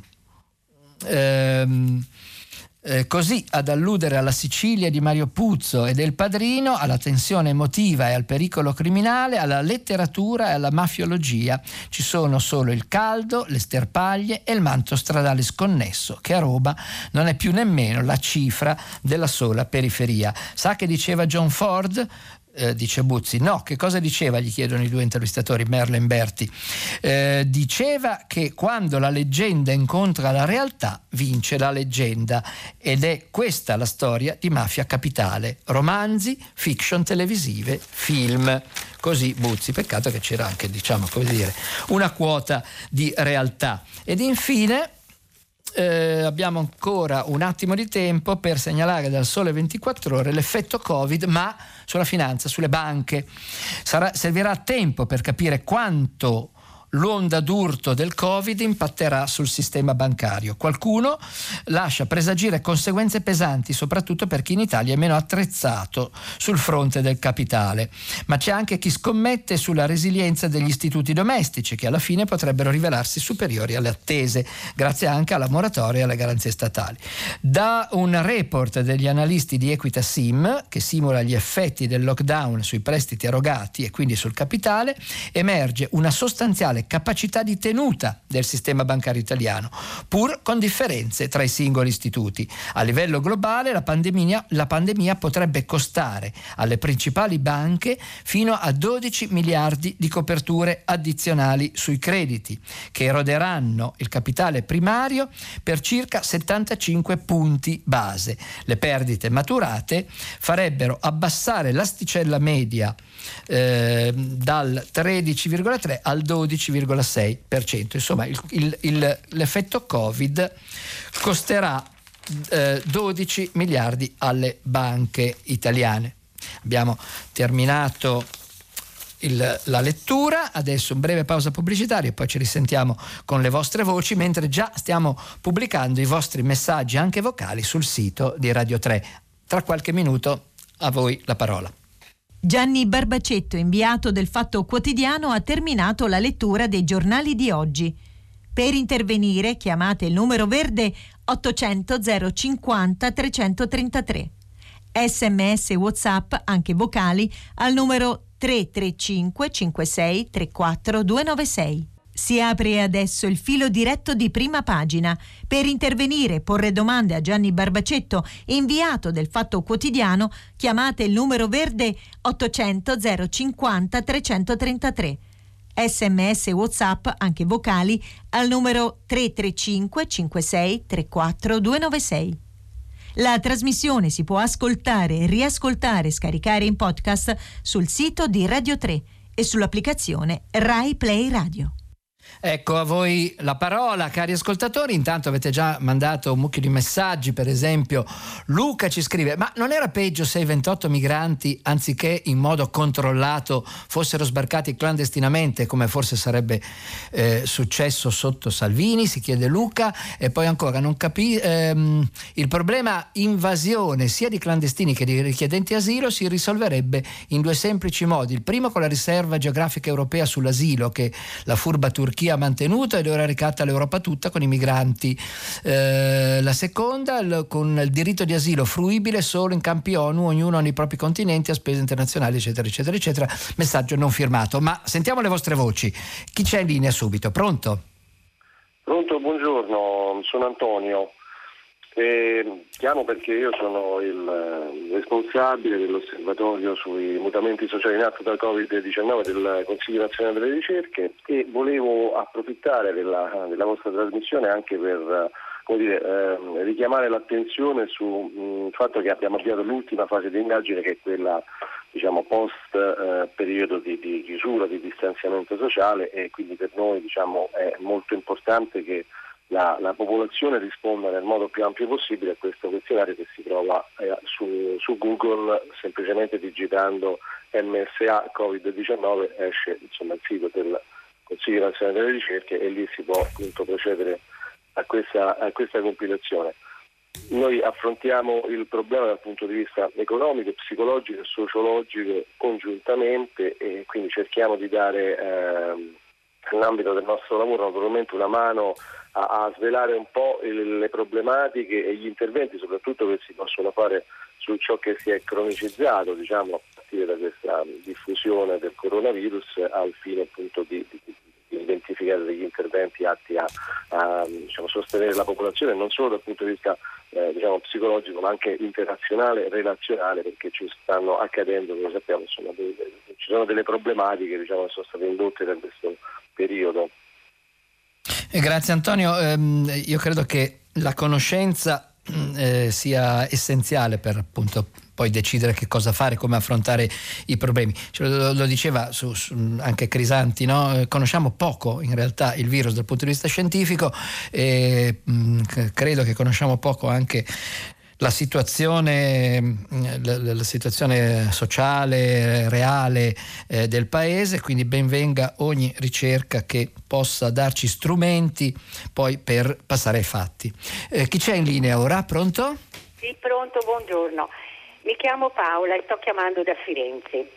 Così ad alludere alla Sicilia di Mario Puzo e del Padrino, alla tensione emotiva e al pericolo criminale, alla letteratura e alla mafiologia ci sono solo il caldo, le sterpaglie e il manto stradale sconnesso, che a Roma non è più nemmeno la cifra della sola periferia. Sa che diceva John Ford? Dice Buzzi. No, che cosa diceva? Gli chiedono i due intervistatori, Merlo e Imberti. Diceva che quando la leggenda incontra la realtà vince la leggenda, ed è questa la storia di Mafia Capitale: romanzi, fiction televisive, film. Così Buzzi. Peccato che c'era anche, diciamo, come dire, una quota di realtà. Ed infine abbiamo ancora un attimo di tempo per segnalare dal Sole 24 Ore l'effetto Covid, ma sulla finanza, sulle banche. Servirà tempo per capire quanto l'onda d'urto del Covid impatterà sul sistema bancario. Qualcuno lascia presagire conseguenze pesanti, soprattutto per chi in Italia è meno attrezzato sul fronte del capitale. Ma c'è anche chi scommette sulla resilienza degli istituti domestici, che alla fine potrebbero rivelarsi superiori alle attese, grazie anche alla moratoria e alle garanzie statali. Da un report degli analisti di Equita Sim, che simula gli effetti del lockdown sui prestiti erogati e quindi sul capitale, emerge una sostanziale capacità di tenuta del sistema bancario italiano, pur con differenze tra i singoli istituti. A livello globale la pandemia potrebbe costare alle principali banche fino a 12 miliardi di coperture addizionali sui crediti, che eroderanno il capitale primario per circa 75 punti base. Le perdite maturate farebbero abbassare l'asticella media dal 13,3 al 12,6%. Insomma, l'effetto Covid costerà 12 miliardi alle banche italiane. Abbiamo terminato la lettura, adesso un breve pausa pubblicitaria e poi ci risentiamo con le vostre voci, mentre già stiamo pubblicando i vostri messaggi anche vocali sul sito di Radio 3. Tra qualche minuto a voi la parola. Gianni Barbacetto, inviato del Fatto Quotidiano, ha terminato la lettura dei giornali di oggi. Per intervenire chiamate il numero verde 800 050 333. SMS WhatsApp, anche vocali, al numero 335 56 34 296. Si apre adesso il filo diretto di Prima Pagina. Per intervenire e porre domande a Gianni Barbacetto, inviato del Fatto Quotidiano, chiamate il numero verde 800 050 333. SMS WhatsApp, anche vocali, al numero 335 56 34 296. La trasmissione si può ascoltare, riascoltare e scaricare in podcast sul sito di Radio 3 e sull'applicazione Rai Play Radio. Ecco a voi la parola, cari ascoltatori. Intanto avete già mandato un mucchio di messaggi. Per esempio Luca ci scrive: ma non era peggio se i 28 migranti, anziché in modo controllato, fossero sbarcati clandestinamente, come forse sarebbe successo sotto Salvini? Si chiede Luca. E poi ancora il problema invasione sia di clandestini che di richiedenti asilo si risolverebbe in due semplici modi: il primo con la riserva geografica europea sull'asilo, che la furba Turchia ha mantenuto ed ora ricatta l'Europa tutta con i migranti. La seconda con il diritto di asilo fruibile solo in campi ONU, ognuno nei propri continenti a spese internazionali, eccetera eccetera eccetera. Messaggio non firmato. Ma sentiamo le vostre voci. Chi c'è in linea subito? Pronto? Pronto, buongiorno, sono Antonio. Chiamo perché io sono il responsabile dell'osservatorio sui mutamenti sociali in atto da Covid-19 del Consiglio Nazionale delle Ricerche e volevo approfittare della vostra trasmissione anche per richiamare l'attenzione sul fatto che abbiamo avviato l'ultima fase di indagine, che è quella post periodo di chiusura, di distanziamento sociale, e quindi per noi è molto importante che la popolazione risponda nel modo più ampio possibile a questo questionario che si trova su Google. Semplicemente digitando MSA Covid-19 esce il sito del Consiglio Nazionale delle Ricerche e lì si può appunto procedere a questa compilazione. Noi affrontiamo il problema dal punto di vista economico, psicologico e sociologico congiuntamente, e quindi cerchiamo di dare nell'ambito del nostro lavoro naturalmente una mano a svelare un po' le problematiche e gli interventi soprattutto che si possono fare su ciò che si è cronicizzato, a partire da questa diffusione del coronavirus, al fine appunto di identificare degli interventi atti a sostenere la popolazione non solo dal punto di vista psicologico, ma anche interazionale, relazionale, perché ci stanno accadendo, come sappiamo, ci sono delle problematiche che sono state indotte da questo periodo. Grazie Antonio, io credo che la conoscenza sia essenziale per appunto poi decidere che cosa fare, come affrontare i problemi. Lo diceva anche Crisanti, no? Conosciamo poco in realtà il virus dal punto di vista scientifico e credo che conosciamo poco anche la situazione sociale, reale del paese, quindi ben venga ogni ricerca che possa darci strumenti poi per passare ai fatti. Chi c'è in linea ora? Pronto? Sì, pronto, buongiorno. Mi chiamo Paola e sto chiamando da Firenze.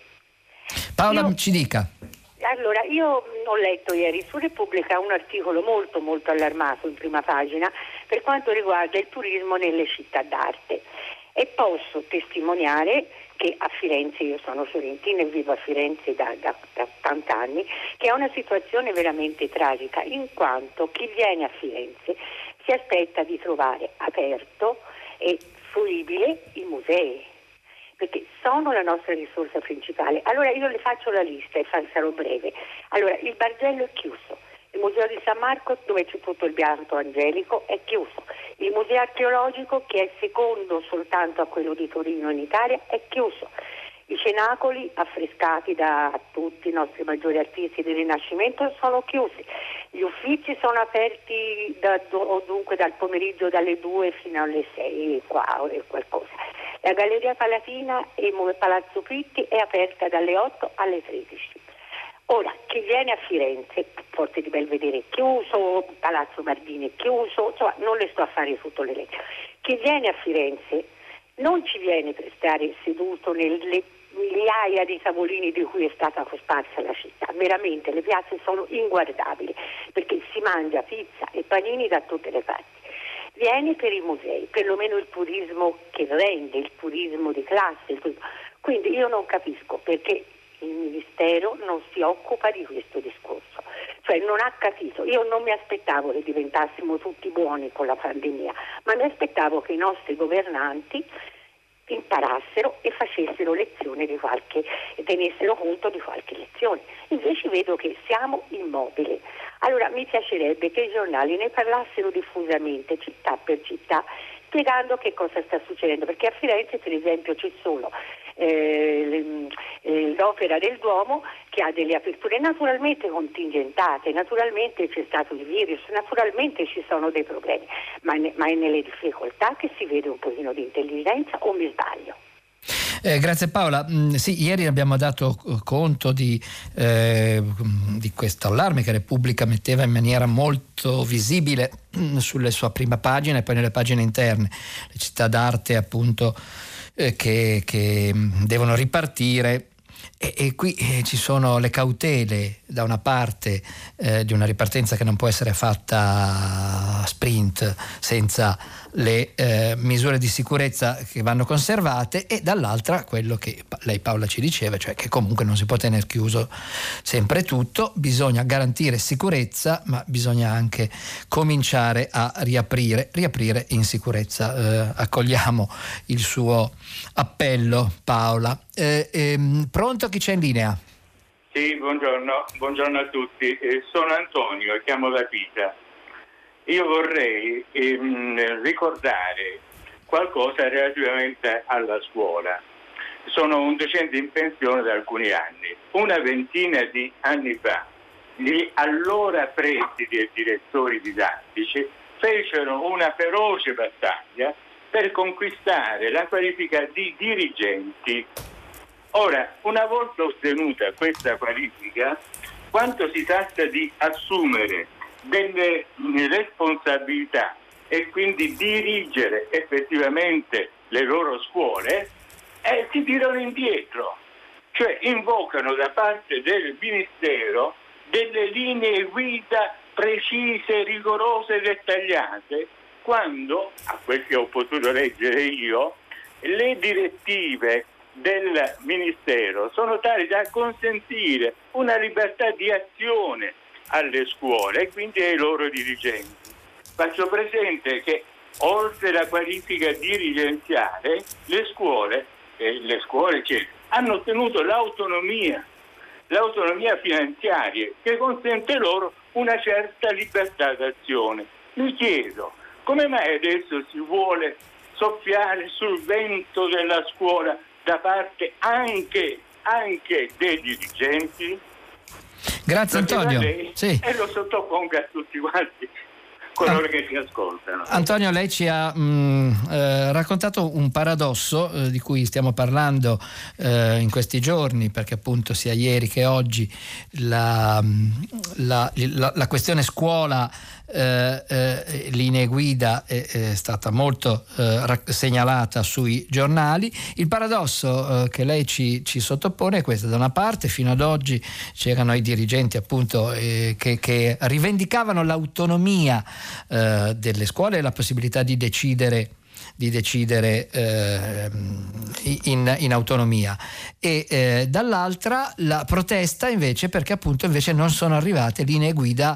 Paola, ci dica. Allora, io ho letto ieri su Repubblica un articolo molto molto allarmato in prima pagina per quanto riguarda il turismo nelle città d'arte, e posso testimoniare che a Firenze, io sono fiorentina e vivo a Firenze da tanti anni, che è una situazione veramente tragica, in quanto chi viene a Firenze si aspetta di trovare aperto e fruibile i musei, perché sono la nostra risorsa principale. Allora io le faccio la lista e sarò breve. Allora, il Bargello è chiuso, il Museo di San Marco, dove c'è tutto il Bianco Angelico, è chiuso, il Museo Archeologico, che è secondo soltanto a quello di Torino in Italia, è chiuso, i cenacoli affrescati da tutti i nostri maggiori artisti del Rinascimento sono chiusi, gli uffizi sono aperti dunque dal pomeriggio dalle 2 fino alle 6 qua o qualcosa. La Galleria Palatina e il Palazzo Pitti è aperta dalle 8 alle 13. Ora, chi viene a Firenze, Forte di Belvedere è chiuso, Palazzo Mardini è chiuso, insomma non le sto a fare tutto l'elenco. Chi viene a Firenze non ci viene per stare seduto nelle migliaia di tavolini di cui è stata cosparsa la città, veramente le piazze sono inguardabili perché si mangia pizza e panini da tutte le parti. Viene per i musei, perlomeno il turismo che rende, il turismo di classe. Quindi io non capisco perché il Ministero non si occupa di questo discorso, cioè non ha capito. Io non mi aspettavo che diventassimo tutti buoni con la pandemia, ma mi aspettavo che i nostri governanti imparassero e facessero lezione e tenessero conto di qualche lezione. Invece vedo che siamo immobili. Allora mi piacerebbe che i giornali ne parlassero diffusamente, città per città, spiegando che cosa sta succedendo, perché a Firenze per esempio c'è solo l'Opera del Duomo che ha delle aperture naturalmente contingentate, naturalmente c'è stato il virus, naturalmente ci sono dei problemi, ma è nelle difficoltà che si vede un pochino di intelligenza, o mi sbaglio? Grazie Paola. Sì, ieri abbiamo dato conto di questo allarme che Repubblica metteva in maniera molto visibile sulle sue prima pagina e poi nelle pagine interne. Le città d'arte appunto che devono ripartire E qui ci sono le cautele, da una parte di una ripartenza che non può essere fatta sprint senza le misure di sicurezza che vanno conservate, e dall'altra quello che lei, Paola, ci diceva, cioè che comunque non si può tenere chiuso sempre tutto, bisogna garantire sicurezza, ma bisogna anche cominciare a riaprire in sicurezza. Accogliamo il suo appello, Paola. Pronto, chi c'è in linea? Sì, buongiorno a tutti. Sono Antonio, chiamo da Pisa. Io vorrei ricordare qualcosa relativamente alla scuola. Sono un docente in pensione da alcuni anni. Una ventina di anni fa, gli allora presidi e direttori didattici fecero una feroce battaglia per conquistare la qualifica di dirigenti. Ora, una volta ottenuta questa qualifica, quando si tratta di assumere delle responsabilità e quindi dirigere effettivamente le loro scuole, si tirano indietro, cioè invocano da parte del Ministero delle linee guida precise, rigorose e dettagliate, quando, a quel che ho potuto leggere io, le direttive del Ministero sono tali da consentire una libertà di azione alle scuole e quindi ai loro dirigenti. Faccio presente che oltre la qualifica dirigenziale le scuole hanno ottenuto l'autonomia finanziaria che consente loro una certa libertà d'azione. Mi chiedo, come mai adesso si vuole soffiare sul vento della scuola da parte anche dei dirigenti? Grazie Antonio. Sì. E lo sottoponga a tutti quanti coloro che ci ascoltano. Antonio, lei ci ha raccontato un paradosso di cui stiamo parlando in questi giorni, perché appunto sia ieri che oggi la questione scuola linee guida è stata molto segnalata sui giornali. Il paradosso che lei ci sottopone è questo: da una parte fino ad oggi c'erano i dirigenti appunto che rivendicavano l'autonomia delle scuole e la possibilità di decidere in autonomia, e dall'altra la protesta invece perché appunto invece non sono arrivate linee guida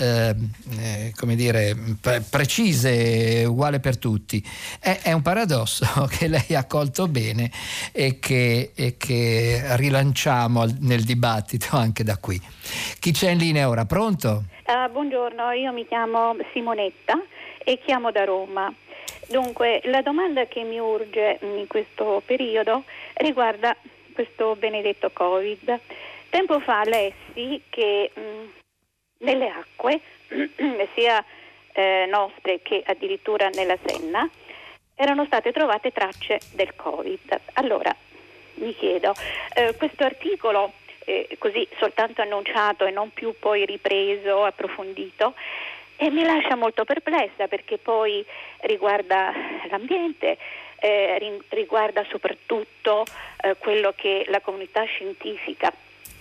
precise, uguale per tutti. È un paradosso che lei ha colto bene e che rilanciamo nel dibattito anche da qui. Chi c'è in linea ora? Pronto? Buongiorno, io mi chiamo Simonetta e chiamo da Roma. Dunque, la domanda che mi urge in questo periodo riguarda questo benedetto Covid. Tempo fa lessi che nelle acque, sia nostre che addirittura nella Senna, erano state trovate tracce del Covid. Allora, mi chiedo, questo articolo, così soltanto annunciato e non più poi ripreso, approfondito, e mi lascia molto perplessa, perché poi riguarda l'ambiente, riguarda soprattutto quello che la comunità scientifica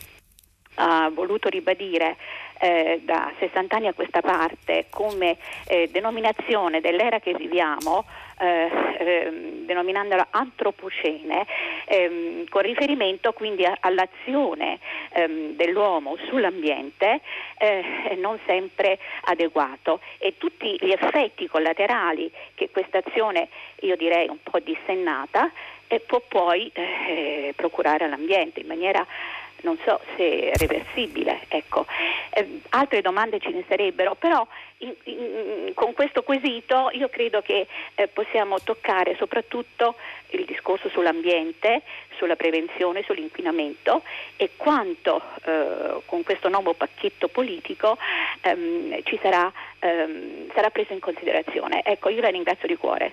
ha voluto ribadire da 60 anni a questa parte come denominazione dell'era che viviamo, denominandola antropocene, con riferimento quindi all'azione dell'uomo sull'ambiente non sempre adeguato, e tutti gli effetti collaterali che questa azione, io direi un po' dissennata, può poi procurare all'ambiente in maniera, non so se reversibile, ecco. Altre domande ce ne sarebbero, però con questo quesito io credo che possiamo toccare soprattutto il discorso sull'ambiente, sulla prevenzione, sull'inquinamento, e quanto con questo nuovo pacchetto politico ci sarà preso in considerazione. Ecco, io la ringrazio di cuore.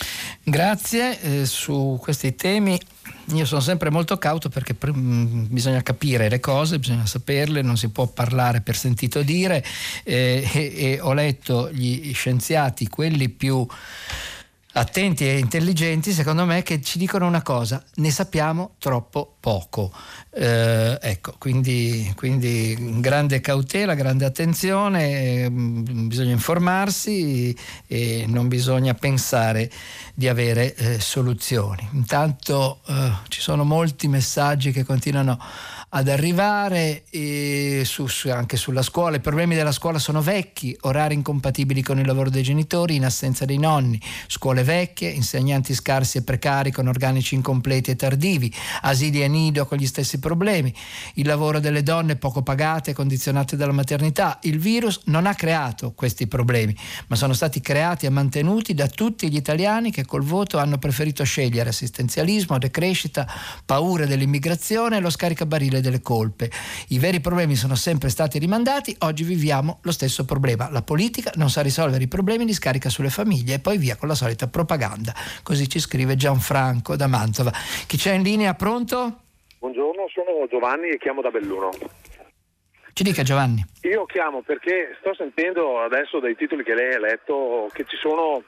Grazie. Su questi temi io sono sempre molto cauto, perché bisogna capire le cose, bisogna saperle, non si può parlare per sentito dire, e ho letto gli scienziati, quelli più attenti e intelligenti, secondo me, che ci dicono una cosa: ne sappiamo troppo poco. Ecco, quindi grande cautela, grande attenzione, bisogna informarsi e non bisogna pensare di avere soluzioni. Intanto ci sono molti messaggi che continuano ad arrivare anche sulla scuola. I problemi della scuola sono vecchi: orari incompatibili con il lavoro dei genitori in assenza dei nonni, scuole vecchie, insegnanti scarsi e precari con organici incompleti e tardivi, asili e nido con gli stessi problemi, il lavoro delle donne poco pagate e condizionate dalla maternità. Il virus non ha creato questi problemi, ma sono stati creati e mantenuti da tutti gli italiani che col voto hanno preferito scegliere assistenzialismo, decrescita, paura dell'immigrazione e lo scaricabarile delle colpe. I veri problemi sono sempre stati rimandati, oggi viviamo lo stesso problema. La politica non sa risolvere i problemi, li scarica sulle famiglie e poi via con la solita propaganda. Così ci scrive Gianfranco da Mantova. Chi c'è in linea? Pronto? Buongiorno, sono Giovanni e chiamo da Belluno. Ci dica, Giovanni. Io chiamo perché sto sentendo adesso dai titoli che lei ha letto che ci sono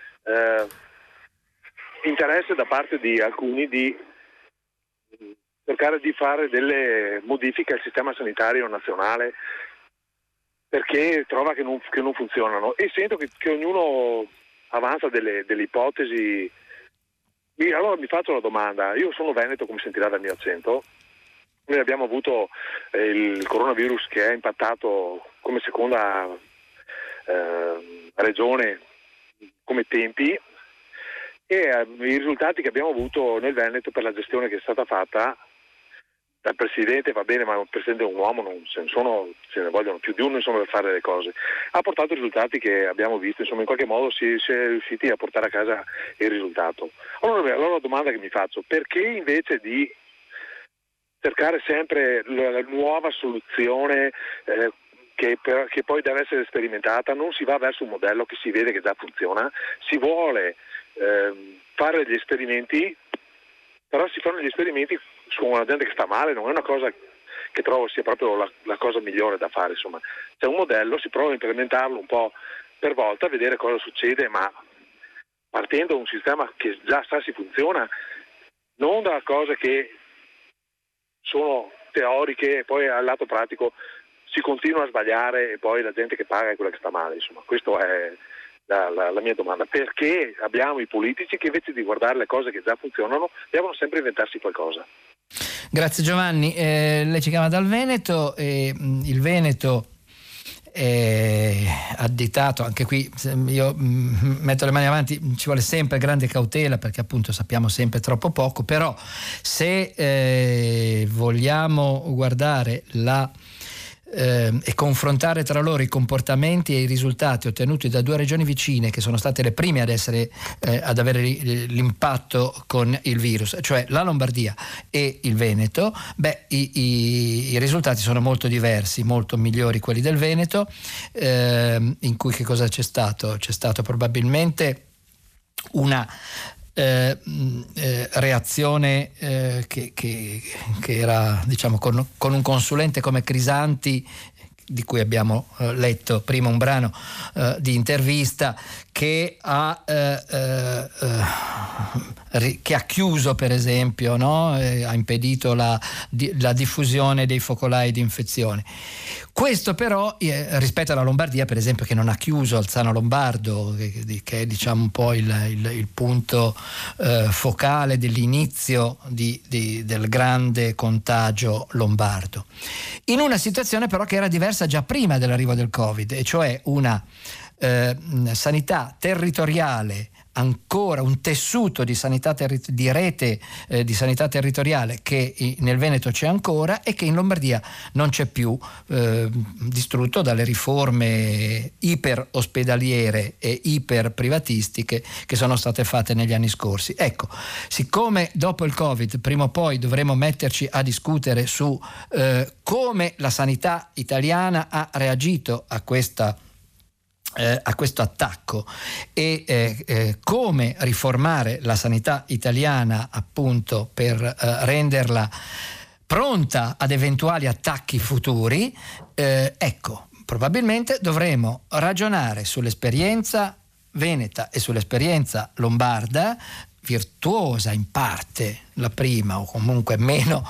interesse da parte di alcuni di cercare di fare delle modifiche al sistema sanitario nazionale perché trova che non funzionano, e sento che ognuno avanza delle ipotesi. Allora mi faccio la domanda: io sono veneto, come sentirà dal mio accento. Noi abbiamo avuto il coronavirus che ha impattato come seconda regione come tempi, e i risultati che abbiamo avuto nel Veneto per la gestione che è stata fatta dal Presidente, va bene, ma un Presidente è un uomo, non se ne vogliono più di uno, insomma, per fare le cose. Ha portato i risultati che abbiamo visto, insomma, in qualche modo si è riusciti a portare a casa il risultato. Allora la domanda che mi faccio: perché invece di cercare sempre la nuova soluzione che poi deve essere sperimentata, non si va verso un modello che si vede che già funziona? Si vuole fare gli esperimenti, però si fanno gli esperimenti su una gente che sta male. Non è una cosa che trovo sia proprio la cosa migliore da fare. Insomma, c'è un modello, si prova a implementarlo un po' per volta, a vedere cosa succede, ma partendo da un sistema che già sa si funziona, non da cose che sono teoriche e poi al lato pratico si continua a sbagliare e poi la gente che paga è quella che sta male. Insomma, questo è la mia domanda: perché abbiamo i politici che invece di guardare le cose che già funzionano devono sempre inventarsi qualcosa? Grazie Giovanni. Lei ci chiama dal Veneto e il Veneto è additato, anche qui io metto le mani avanti, ci vuole sempre grande cautela perché appunto sappiamo sempre troppo poco, però se vogliamo guardare e confrontare tra loro i comportamenti e i risultati ottenuti da due regioni vicine che sono state le prime ad avere l'impatto con il virus, cioè la Lombardia e il Veneto, i risultati sono molto diversi, molto migliori quelli del Veneto, in cui che cosa c'è stato? C'è stato probabilmente una reazione che era, diciamo, con un consulente come Crisanti, di cui abbiamo letto prima un brano di intervista, che ha chiuso, per esempio, no? Ha impedito la diffusione dei focolai di infezione. Questo però rispetto alla Lombardia, per esempio, che non ha chiuso Alzano Lombardo, che è, diciamo, un po' il punto focale dell'inizio del grande contagio lombardo, in una situazione però che era diversa già prima dell'arrivo del Covid, e cioè una sanità territoriale, ancora un tessuto di sanità di rete di sanità territoriale che nel Veneto c'è ancora e che in Lombardia non c'è più, distrutto dalle riforme iper ospedaliere e iper privatistiche che sono state fatte negli anni scorsi. Ecco, siccome dopo il Covid prima o poi dovremo metterci a discutere su come la sanità italiana ha reagito a questo attacco e come riformare la sanità italiana, appunto, per renderla pronta ad eventuali attacchi futuri, ecco, probabilmente dovremo ragionare sull'esperienza veneta e sull'esperienza lombarda, virtuosa in parte la prima, o comunque meno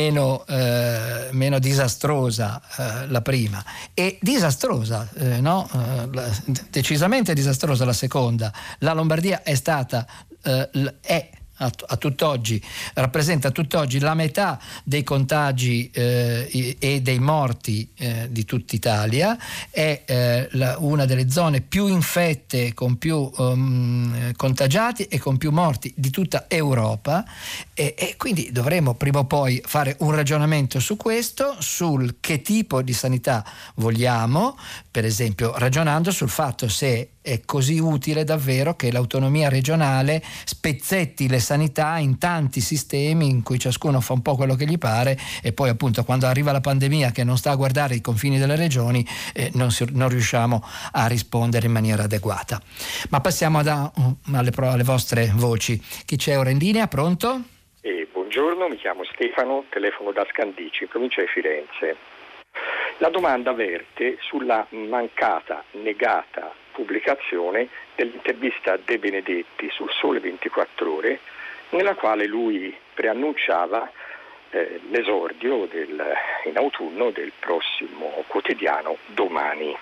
disastrosa la prima, e disastrosa decisamente disastrosa la seconda. La Lombardia è stata a tutt'oggi, rappresenta a tutt'oggi la metà dei contagi e dei morti di tutta Italia, è una delle zone più infette, con più contagiati e con più morti di tutta Europa, e quindi dovremo prima o poi fare un ragionamento su questo, sul che tipo di sanità vogliamo, per esempio ragionando sul fatto se è così utile davvero che l'autonomia regionale spezzetti le sanità in tanti sistemi in cui ciascuno fa un po' quello che gli pare, e poi appunto quando arriva la pandemia che non sta a guardare i confini delle regioni non riusciamo a rispondere in maniera adeguata. Ma passiamo alle vostre voci. Chi c'è ora in linea? Pronto? Buongiorno, mi chiamo Stefano, telefono da Scandicci, provincia di Firenze. La domanda verte sulla mancata, negata pubblicazione dell'intervista a De Benedetti sul Sole 24 Ore, nella quale lui preannunciava l'esordio in autunno del prossimo quotidiano Domani.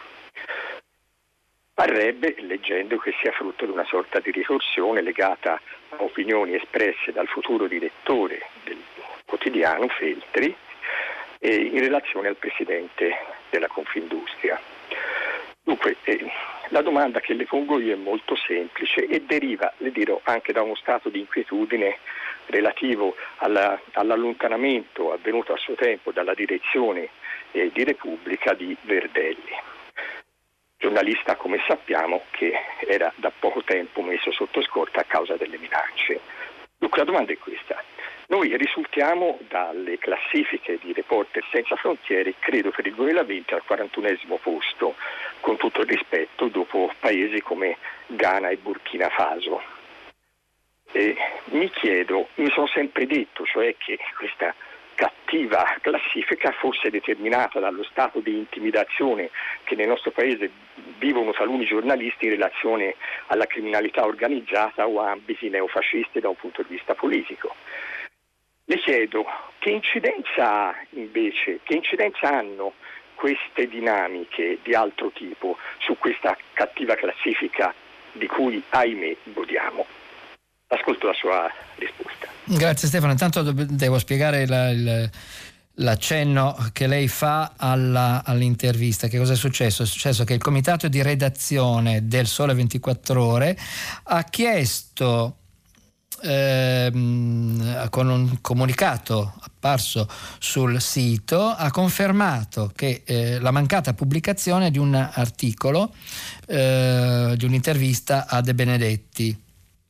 Parrebbe, leggendo, che sia frutto di una sorta di ritorsione legata a opinioni espresse dal futuro direttore del quotidiano, Feltri, in relazione al presidente della Confindustria. Dunque, la domanda che le pongo io è molto semplice e deriva, le dirò, anche da uno stato di inquietudine relativo all'allontanamento avvenuto a suo tempo dalla direzione di Repubblica di Verdelli, giornalista, come sappiamo, che era da poco tempo messo sotto scorta a causa delle minacce. Dunque la domanda è questa. Noi risultiamo dalle classifiche di Reporter Senza Frontiere, credo per il 2020, al 41esimo posto, con tutto il rispetto, dopo paesi come Ghana e Burkina Faso. E mi sono sempre detto, cioè, che questa cattiva classifica fosse determinata dallo stato di intimidazione che nel nostro paese vivono taluni giornalisti in relazione alla criminalità organizzata o a ambiti neofascisti da un punto di vista politico. Le chiedo che incidenza hanno queste dinamiche di altro tipo su questa cattiva classifica di cui, ahimè, godiamo. Ascolto la sua risposta. Grazie Stefano, intanto devo spiegare l'accenno che lei fa all'intervista. Che cosa è successo? È successo che il comitato di redazione del Sole 24 Ore ha chiesto con un comunicato apparso sul sito, ha confermato che la mancata pubblicazione di un articolo, di un'intervista a De Benedetti.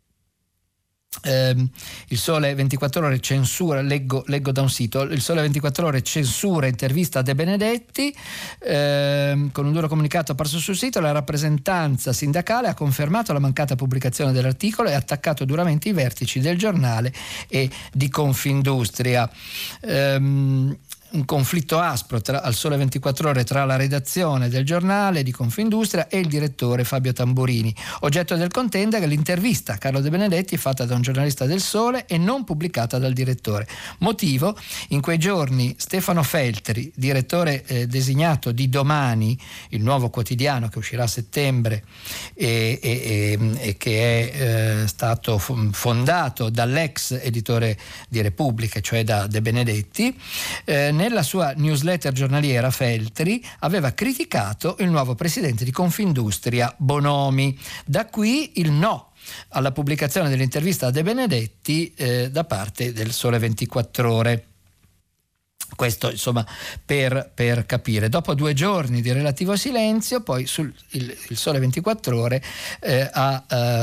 Il Sole 24 Ore censura, leggo da un sito, il Sole 24 Ore censura intervista a De Benedetti, con un duro comunicato apparso sul sito la rappresentanza sindacale ha confermato la mancata pubblicazione dell'articolo e ha attaccato duramente i vertici del giornale e di Confindustria. Un conflitto aspro al Sole 24 Ore tra la redazione del giornale di Confindustria e il direttore Fabio Tamburini. Oggetto del contendere l'intervista a Carlo De Benedetti fatta da un giornalista del Sole e non pubblicata dal direttore. Motivo: in quei giorni Stefano Feltri, direttore designato di Domani, il nuovo quotidiano che uscirà a settembre e che è stato fondato dall'ex editore di Repubblica, cioè da De Benedetti, nella sua newsletter giornaliera Feltri aveva criticato il nuovo presidente di Confindustria Bonomi. Da qui il no alla pubblicazione dell'intervista a De Benedetti da parte del Sole 24 Ore. Questo insomma per capire. Dopo 2 giorni di relativo silenzio, poi il Sole 24 Ore ha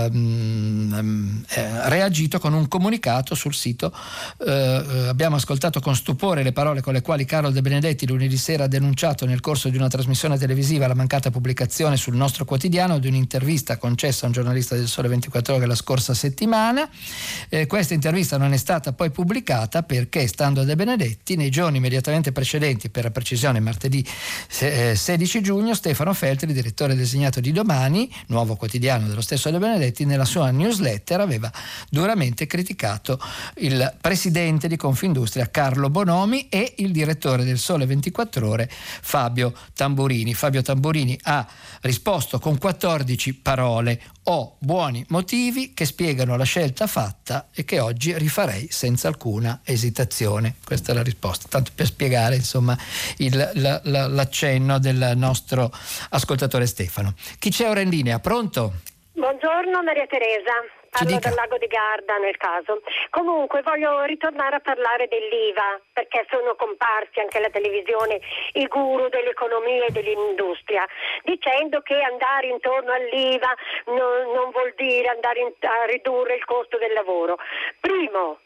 reagito con un comunicato sul sito. Abbiamo ascoltato con stupore le parole con le quali Carlo De Benedetti lunedì sera ha denunciato nel corso di una trasmissione televisiva la mancata pubblicazione sul nostro quotidiano di un'intervista concessa a un giornalista del Sole 24 Ore la scorsa settimana. Questa intervista non è stata poi pubblicata perché, stando a De Benedetti, nei giorni immediatamente precedenti, per la precisione martedì 16 giugno, Stefano Feltri, direttore designato di Domani, nuovo quotidiano dello stesso De Benedetti, nella sua newsletter aveva duramente criticato il presidente di Confindustria Carlo Bonomi e il direttore del Sole 24 Ore Fabio Tamburini. Fabio Tamburini ha risposto con 14 parole: ho buoni motivi che spiegano la scelta fatta e che oggi rifarei senza alcuna esitazione. Questa è la risposta, tanto per spiegare insomma l'accenno del nostro ascoltatore Stefano. Chi c'è ora in linea? Pronto? Buongiorno Maria Teresa. Parlo dal Lago di Garda nel caso. Comunque voglio ritornare a parlare dell'IVA, perché sono comparsi anche alla televisione i guru dell'economia e dell'industria, dicendo che andare intorno all'IVA non vuol dire andare a ridurre il costo del lavoro. Primo,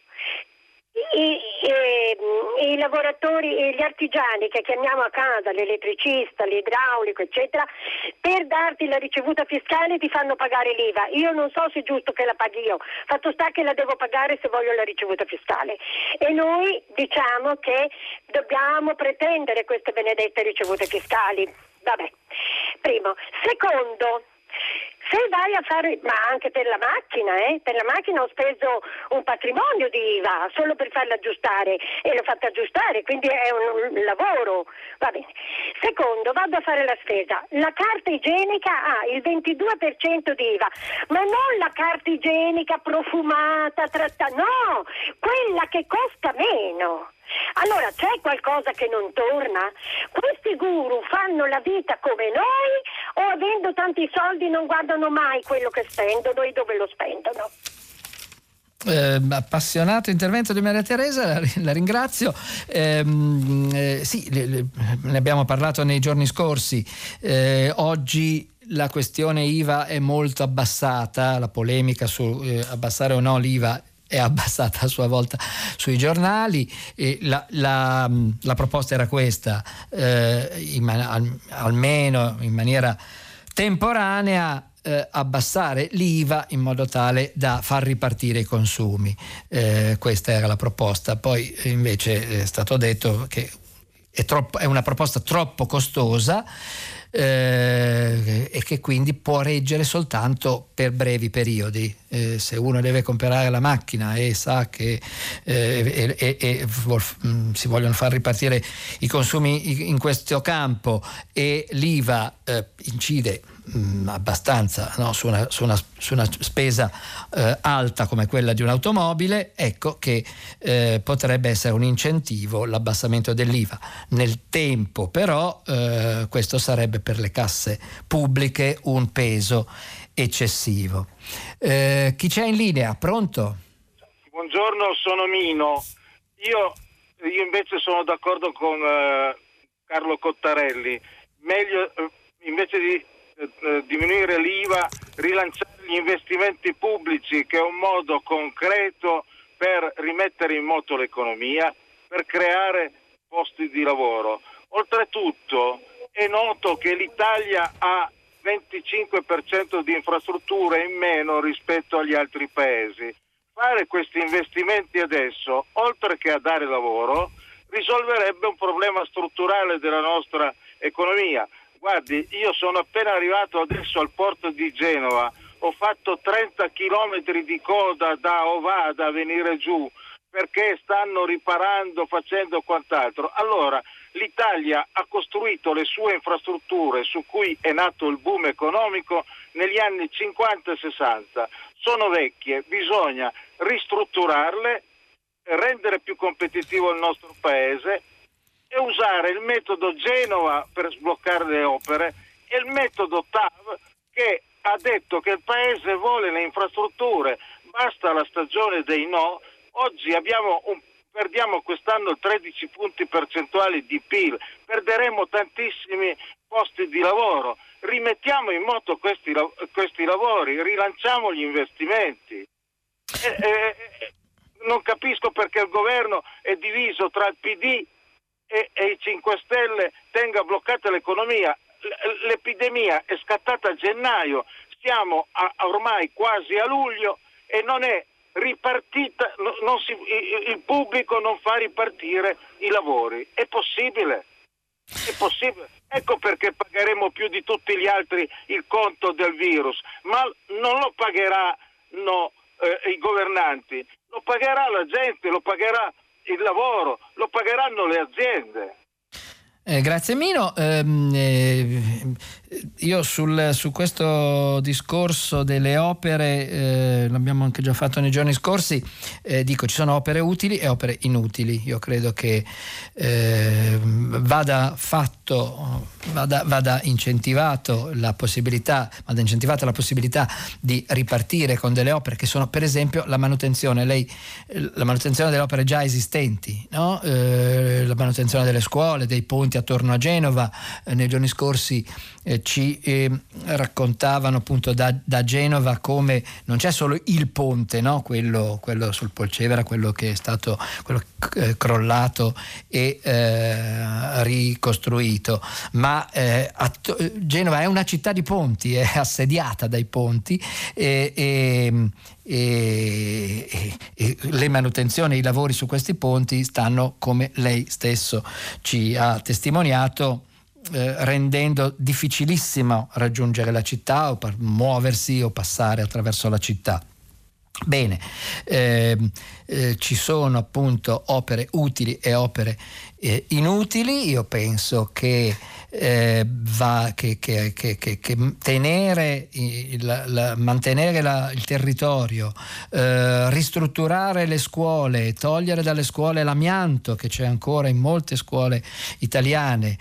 i lavoratori e gli artigiani che chiamiamo a casa, l'elettricista, l'idraulico eccetera, per darti la ricevuta fiscale ti fanno pagare l'IVA. Io non so se è giusto che la paghi io, fatto sta che la devo pagare se voglio la ricevuta fiscale, e noi diciamo che dobbiamo pretendere queste benedette ricevute fiscali. Vabbè, primo. Secondo, se vai a fare, ma anche per la macchina ho speso un patrimonio di IVA solo per farla aggiustare, e l'ho fatta aggiustare, quindi è un lavoro, va bene. Secondo, vado a fare la spesa, la carta igienica ha il 22% di IVA, ma non la carta igienica profumata, no, quella che costa meno. Allora c'è qualcosa che non torna? Questi guru fanno la vita come noi, o avendo tanti soldi non guardano mai quello che spendono e dove lo spendono? Appassionato intervento di Maria Teresa, la ringrazio. Sì, ne abbiamo parlato nei giorni scorsi. Oggi la questione IVA è molto abbassata, la polemica su abbassare o no l'IVA è abbassata a sua volta sui giornali. La proposta era questa, almeno in maniera temporanea, abbassare l'IVA in modo tale da far ripartire i consumi. Questa era la proposta. Poi invece è stato detto che è una proposta troppo costosa, e che quindi può reggere soltanto per brevi periodi. Se uno deve comprare la macchina e sa che si vogliono far ripartire i consumi in questo campo, e l'IVA incide abbastanza, no, su una spesa alta come quella di un'automobile, ecco che potrebbe essere un incentivo l'abbassamento dell'IVA. Nel tempo però questo sarebbe per le casse pubbliche un peso eccessivo. Chi c'è in linea? Pronto? Buongiorno, sono Mino. Io invece sono d'accordo con Carlo Cottarelli. Meglio invece di diminuire l'IVA, rilanciare gli investimenti pubblici, che è un modo concreto per rimettere in moto l'economia, per creare posti di lavoro. Oltretutto è noto che l'Italia ha 25% di infrastrutture in meno rispetto agli altri paesi. Fare questi investimenti adesso, oltre che a dare lavoro, risolverebbe un problema strutturale della nostra economia. Guardi, io sono appena arrivato adesso al porto di Genova, ho fatto 30 chilometri di coda da Ovada a venire giù, perché stanno riparando, facendo quant'altro. Allora, l'Italia ha costruito le sue infrastrutture su cui è nato il boom economico negli anni 50 e 60. Sono vecchie, bisogna ristrutturarle, rendere più competitivo il nostro paese e usare il metodo Genova per sbloccare le opere e il metodo TAV, che ha detto che il paese vuole le infrastrutture, basta la stagione dei no. Oggi perdiamo quest'anno 13 punti percentuali di PIL, perderemo tantissimi posti di lavoro. Rimettiamo in moto questi lavori, rilanciamo gli investimenti. Non capisco perché il governo è diviso tra il PD e i 5 Stelle, tenga bloccata l'economia. L'epidemia è scattata a gennaio, siamo ormai quasi a luglio e non è ripartita, il pubblico non fa ripartire i lavori. È possibile. Ecco perché pagheremo più di tutti gli altri il conto del virus, ma non lo pagheranno i governanti, lo pagherà la gente, lo pagherà il lavoro, lo pagheranno le aziende. Grazie Mino. Io su questo discorso delle opere, l'abbiamo anche già fatto nei giorni scorsi, dico ci sono opere utili e opere inutili. Io credo che vada incentivata la possibilità di ripartire con delle opere che sono per esempio la manutenzione delle opere già esistenti, no? La manutenzione delle scuole, dei ponti attorno a Genova. Nei giorni scorsi ci raccontavano appunto da Genova come non c'è solo il ponte, no? quello sul Polcevera, quello che è stato crollato e ricostruito, ma Genova è una città di ponti, è assediata dai ponti e le manutenzioni, i lavori su questi ponti stanno, come lei stesso ci ha testimoniato, rendendo difficilissimo raggiungere la città o muoversi o passare attraverso la città. Bene, ci sono appunto opere utili e opere inutili. Io penso che mantenere il territorio, ristrutturare le scuole, togliere dalle scuole l'amianto che c'è ancora in molte scuole italiane,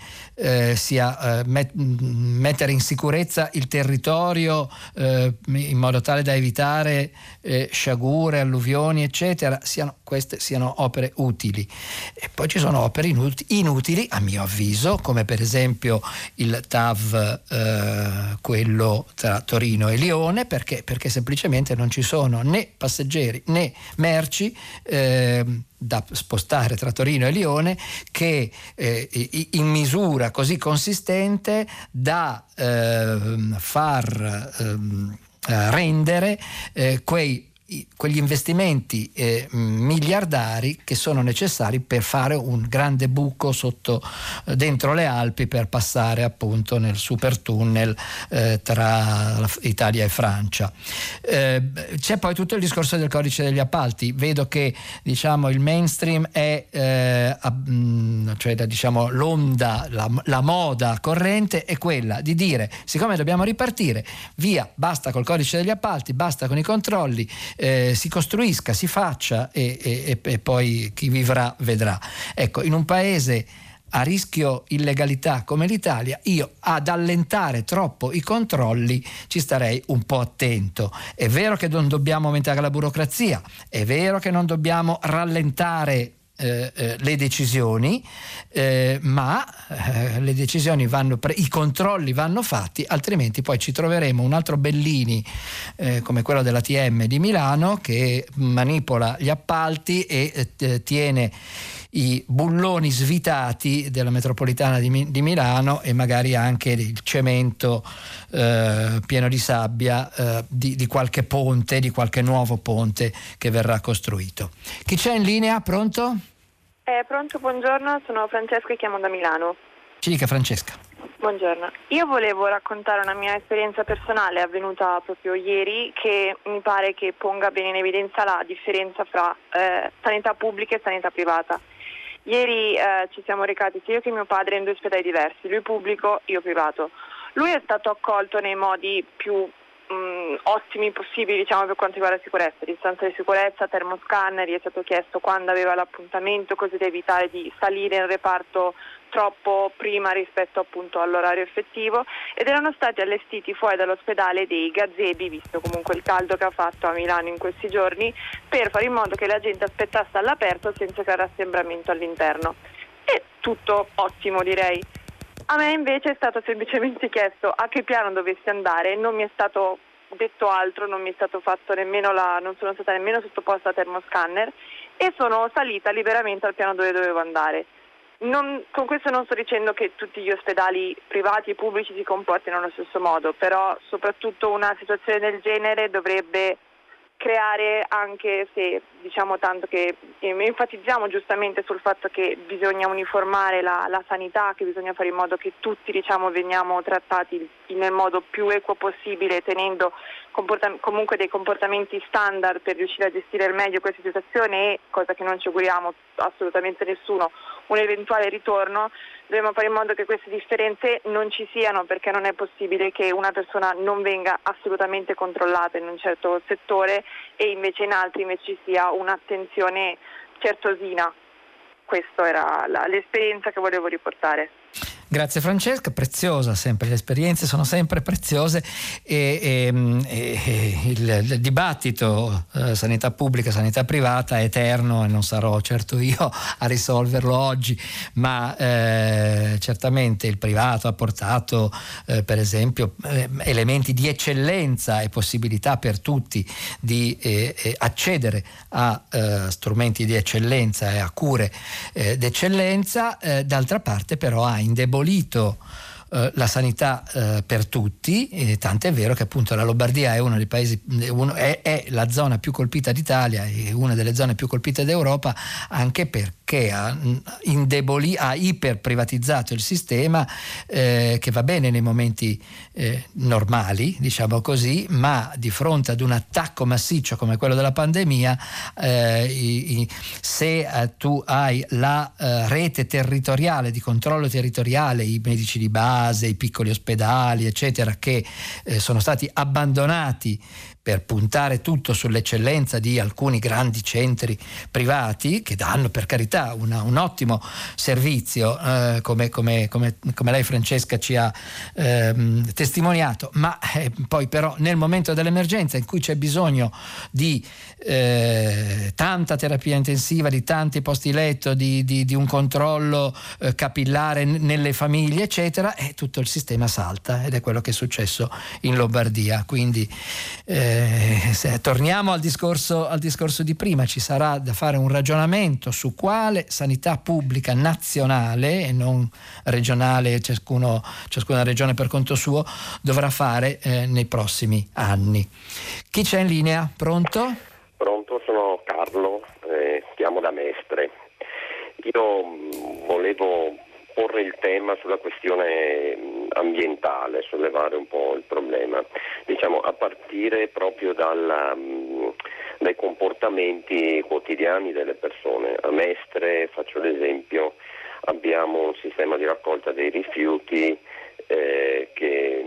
mettere in sicurezza il territorio in modo tale da evitare sciagure, alluvioni eccetera, queste siano opere utili. E poi ci sono opere inutili a mio avviso, come per esempio il TAV, quello tra Torino e Lione, perché semplicemente non ci sono né passeggeri né merci da spostare tra Torino e Lione che in misura così consistente da far rendere quegli investimenti miliardari che sono necessari per fare un grande buco dentro le Alpi per passare appunto nel super tunnel tra Italia e Francia. C'è poi tutto il discorso del codice degli appalti. Vedo che il mainstream è l'onda, la moda corrente è quella di dire: siccome dobbiamo ripartire, via, basta col codice degli appalti, basta con i controlli, si costruisca, si faccia e poi chi vivrà vedrà. Ecco, in un paese a rischio illegalità come l'Italia, io ad allentare troppo i controlli ci starei un po' attento. È vero che non dobbiamo aumentare la burocrazia, è vero che non dobbiamo rallentare le decisioni, ma le decisioni i controlli vanno fatti, altrimenti poi ci troveremo un altro Bellini come quello dell'ATM di Milano che manipola gli appalti e tiene i bulloni svitati della metropolitana di Milano e magari anche il cemento pieno di sabbia di qualche ponte, di qualche nuovo ponte che verrà costruito. Chi c'è in linea? Pronto? Pronto, buongiorno, sono Francesca e chiamo da Milano. Ci dica, Francesca. Buongiorno, io volevo raccontare una mia esperienza personale avvenuta proprio ieri che mi pare che ponga bene in evidenza la differenza fra sanità pubblica e sanità privata. Ieri ci siamo recati sia io che mio padre in due ospedali diversi, lui pubblico, io privato. Lui è stato accolto nei modi più ottimi possibili, per quanto riguarda la sicurezza, distanza di sicurezza, termoscanner, gli è stato chiesto quando aveva l'appuntamento così da evitare di salire in reparto troppo prima rispetto appunto all'orario effettivo, ed erano stati allestiti fuori dall'ospedale dei gazebi, visto comunque il caldo che ha fatto a Milano in questi giorni, per fare in modo che la gente aspettasse all'aperto senza creare assembramento all'interno. E tutto ottimo, direi. A me invece è stato semplicemente chiesto a che piano dovessi andare, non mi è stato detto altro, non mi è stato fatto non sono stata nemmeno sottoposta a termoscanner e sono salita liberamente al piano dove dovevo andare. Con questo non sto dicendo che tutti gli ospedali privati e pubblici si comportino allo stesso modo, però soprattutto una situazione del genere dovrebbe creare, anche se diciamo tanto che enfatizziamo giustamente sul fatto che bisogna uniformare la sanità, che bisogna fare in modo che tutti veniamo trattati nel modo più equo possibile, tenendo comunque dei comportamenti standard per riuscire a gestire al meglio questa situazione e, cosa che non ci auguriamo assolutamente nessuno, un eventuale ritorno. Dobbiamo fare in modo che queste differenze non ci siano, perché non è possibile che una persona non venga assolutamente controllata in un certo settore e invece in altri ci sia un'attenzione certosina. Questa era l'esperienza che volevo riportare. Grazie Francesca, preziosa sempre, le esperienze sono sempre preziose e il dibattito sanità pubblica, sanità privata è eterno e non sarò certo io a risolverlo oggi, ma certamente il privato ha portato per esempio elementi di eccellenza e possibilità per tutti di accedere a strumenti di eccellenza e a cure d'eccellenza, d'altra parte però ha indebolito la sanità per tutti, tant'è vero che appunto la Lombardia è uno dei paesi, è la zona più colpita d'Italia e una delle zone più colpite d'Europa, anche perché ha iperprivatizzato il sistema, che va bene nei momenti normali, diciamo così, ma di fronte ad un attacco massiccio come quello della pandemia, se tu hai la rete territoriale di controllo territoriale, i medici di base, i piccoli ospedali eccetera, che sono stati abbandonati per puntare tutto sull'eccellenza di alcuni grandi centri privati che danno per carità un ottimo servizio, come lei Francesca ci ha testimoniato, ma poi però nel momento dell'emergenza in cui c'è bisogno di tanta terapia intensiva, di tanti posti letto, di un controllo capillare nelle famiglie eccetera, tutto il sistema salta, ed è quello che è successo in Lombardia. Quindi se torniamo al discorso di prima, ci sarà da fare un ragionamento su quale sanità pubblica nazionale e non regionale, ciascuna regione per conto suo dovrà fare nei prossimi anni. Chi c'è in linea? Pronto? Pronto, sono Carlo, chiamo da Mestre. Io volevo porre il tema sulla questione ambientale, sollevare un po' il problema, diciamo a partire proprio dai comportamenti quotidiani delle persone. A Mestre, faccio l'esempio, abbiamo un sistema di raccolta dei rifiuti che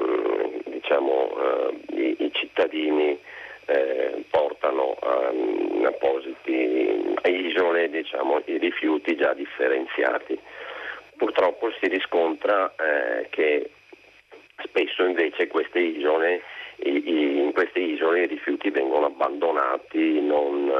i cittadini portano in appositi isole, i rifiuti già differenziati. Purtroppo si riscontra che spesso invece in queste isole i rifiuti vengono abbandonati, non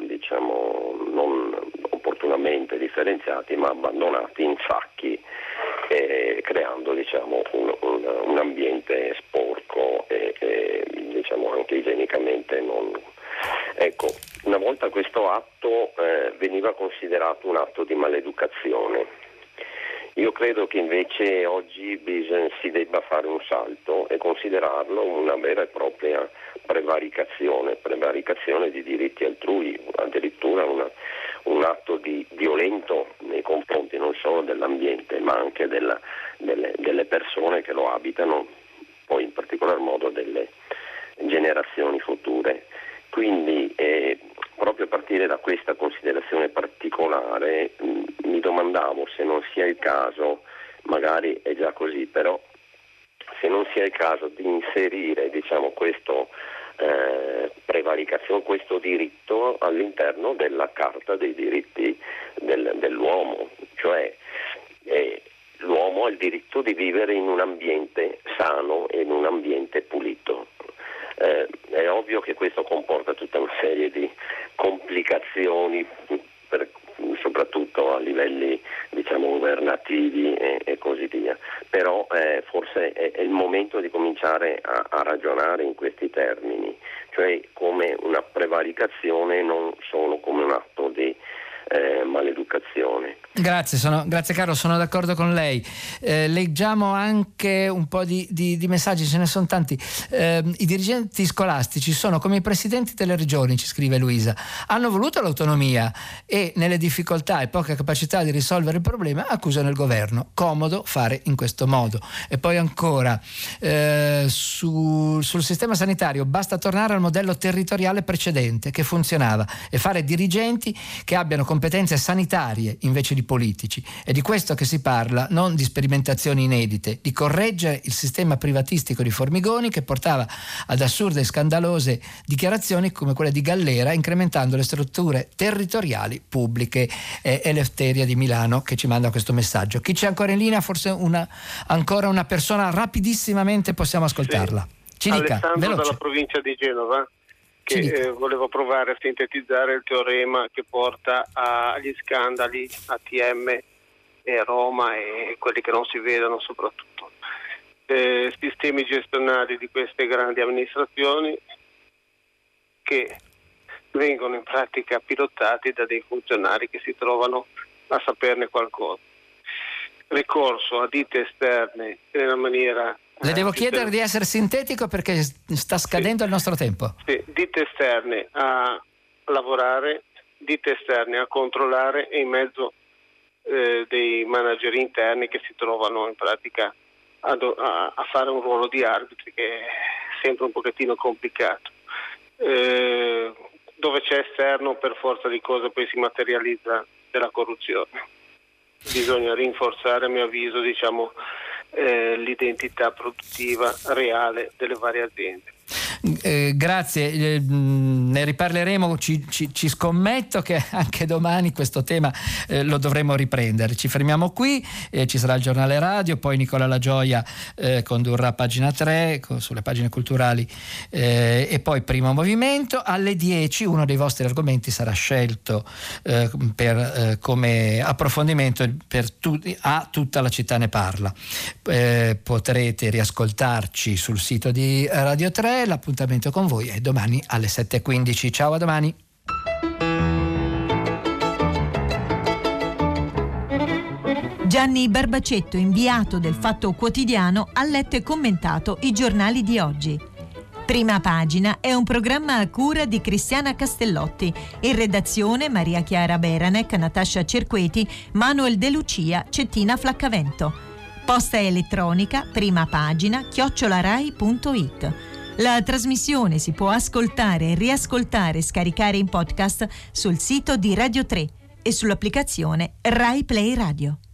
opportunamente differenziati, ma abbandonati in sacchi, creando un ambiente sporco e anche igienicamente non. Ecco, una volta questo atto veniva considerato un atto di maleducazione. Io credo che invece oggi si debba fare un salto e considerarlo una vera e propria prevaricazione di diritti altrui, addirittura un atto di violento nei confronti non solo dell'ambiente ma anche delle persone che lo abitano, poi in particolar modo delle generazioni future. Quindi proprio a partire da questa considerazione particolare mi domandavo se non sia il caso, magari è già così, però se non sia il caso di inserire questo prevaricazione, questo diritto all'interno della Carta dei diritti dell'uomo, cioè l'uomo ha il diritto di vivere in un ambiente sano e in un ambiente pulito. È ovvio che questo comporta tutta una serie di complicazioni, soprattutto a livelli governativi e così via, però forse è il momento di cominciare a ragionare in questi termini, cioè come una prevaricazione, non solo come un atto di maleducazione. Grazie Carlo, sono d'accordo con lei. Leggiamo anche un po' di messaggi, ce ne sono tanti. I dirigenti scolastici sono come i presidenti delle regioni, ci scrive Luisa, hanno voluto l'autonomia e nelle difficoltà e poca capacità di risolvere il problema accusano il governo. Comodo fare in questo modo. E poi ancora sul sistema sanitario basta tornare al modello territoriale precedente che funzionava e fare dirigenti che abbiano competenze sanitarie invece di politici. È di questo che si parla, non di sperimentazioni inedite, di correggere il sistema privatistico di Formigoni che portava ad assurde e scandalose dichiarazioni come quelle di Gallera, incrementando le strutture territoriali pubbliche. Eleftheria di Milano che ci manda questo messaggio. Chi c'è ancora in linea? Forse ancora una persona, rapidissimamente possiamo ascoltarla. Ci dica, Alessandro veloce. dalla provincia di Genova, che volevo provare a sintetizzare il teorema che porta agli scandali ATM e Roma e quelli che non si vedono soprattutto. Sistemi gestionali di queste grandi amministrazioni che vengono in pratica pilotati da dei funzionari che si trovano a saperne qualcosa. Ricorso a ditte esterne in una maniera... Le devo chiedere di essere sintetico perché sta scadendo il nostro tempo. Sì, ditte esterne a lavorare, ditte esterne a controllare e in mezzo dei manager interni che si trovano in pratica a fare un ruolo di arbitri che è sempre un pochettino complicato. Dove c'è esterno per forza di cose poi si materializza della corruzione. Bisogna rinforzare, a mio avviso, l'identità produttiva reale delle varie aziende. Grazie, ne riparleremo, ci scommetto che anche domani questo tema lo dovremo riprendere. Ci fermiamo qui, ci sarà il giornale radio, poi Nicola La Gioia condurrà Pagina 3 sulle pagine culturali e poi Primo Movimento. Alle 10 uno dei vostri argomenti sarà scelto come approfondimento per tutta la città ne parla. Potrete riascoltarci sul sito di Radio 3. L'appuntamento con voi è domani alle 7:15. Ciao, a domani. Gianni Barbacetto, inviato del Fatto Quotidiano, ha letto e commentato i giornali di oggi. Prima Pagina è un programma a cura di Cristiana Castellotti. In redazione Maria Chiara Beranec, Natascia Cerqueti, Manuel De Lucia, Cettina Flaccavento. Posta elettronica primapagina@rai.it. La trasmissione si può ascoltare, riascoltare e scaricare in podcast sul sito di Radio 3 e sull'applicazione Rai Play Radio.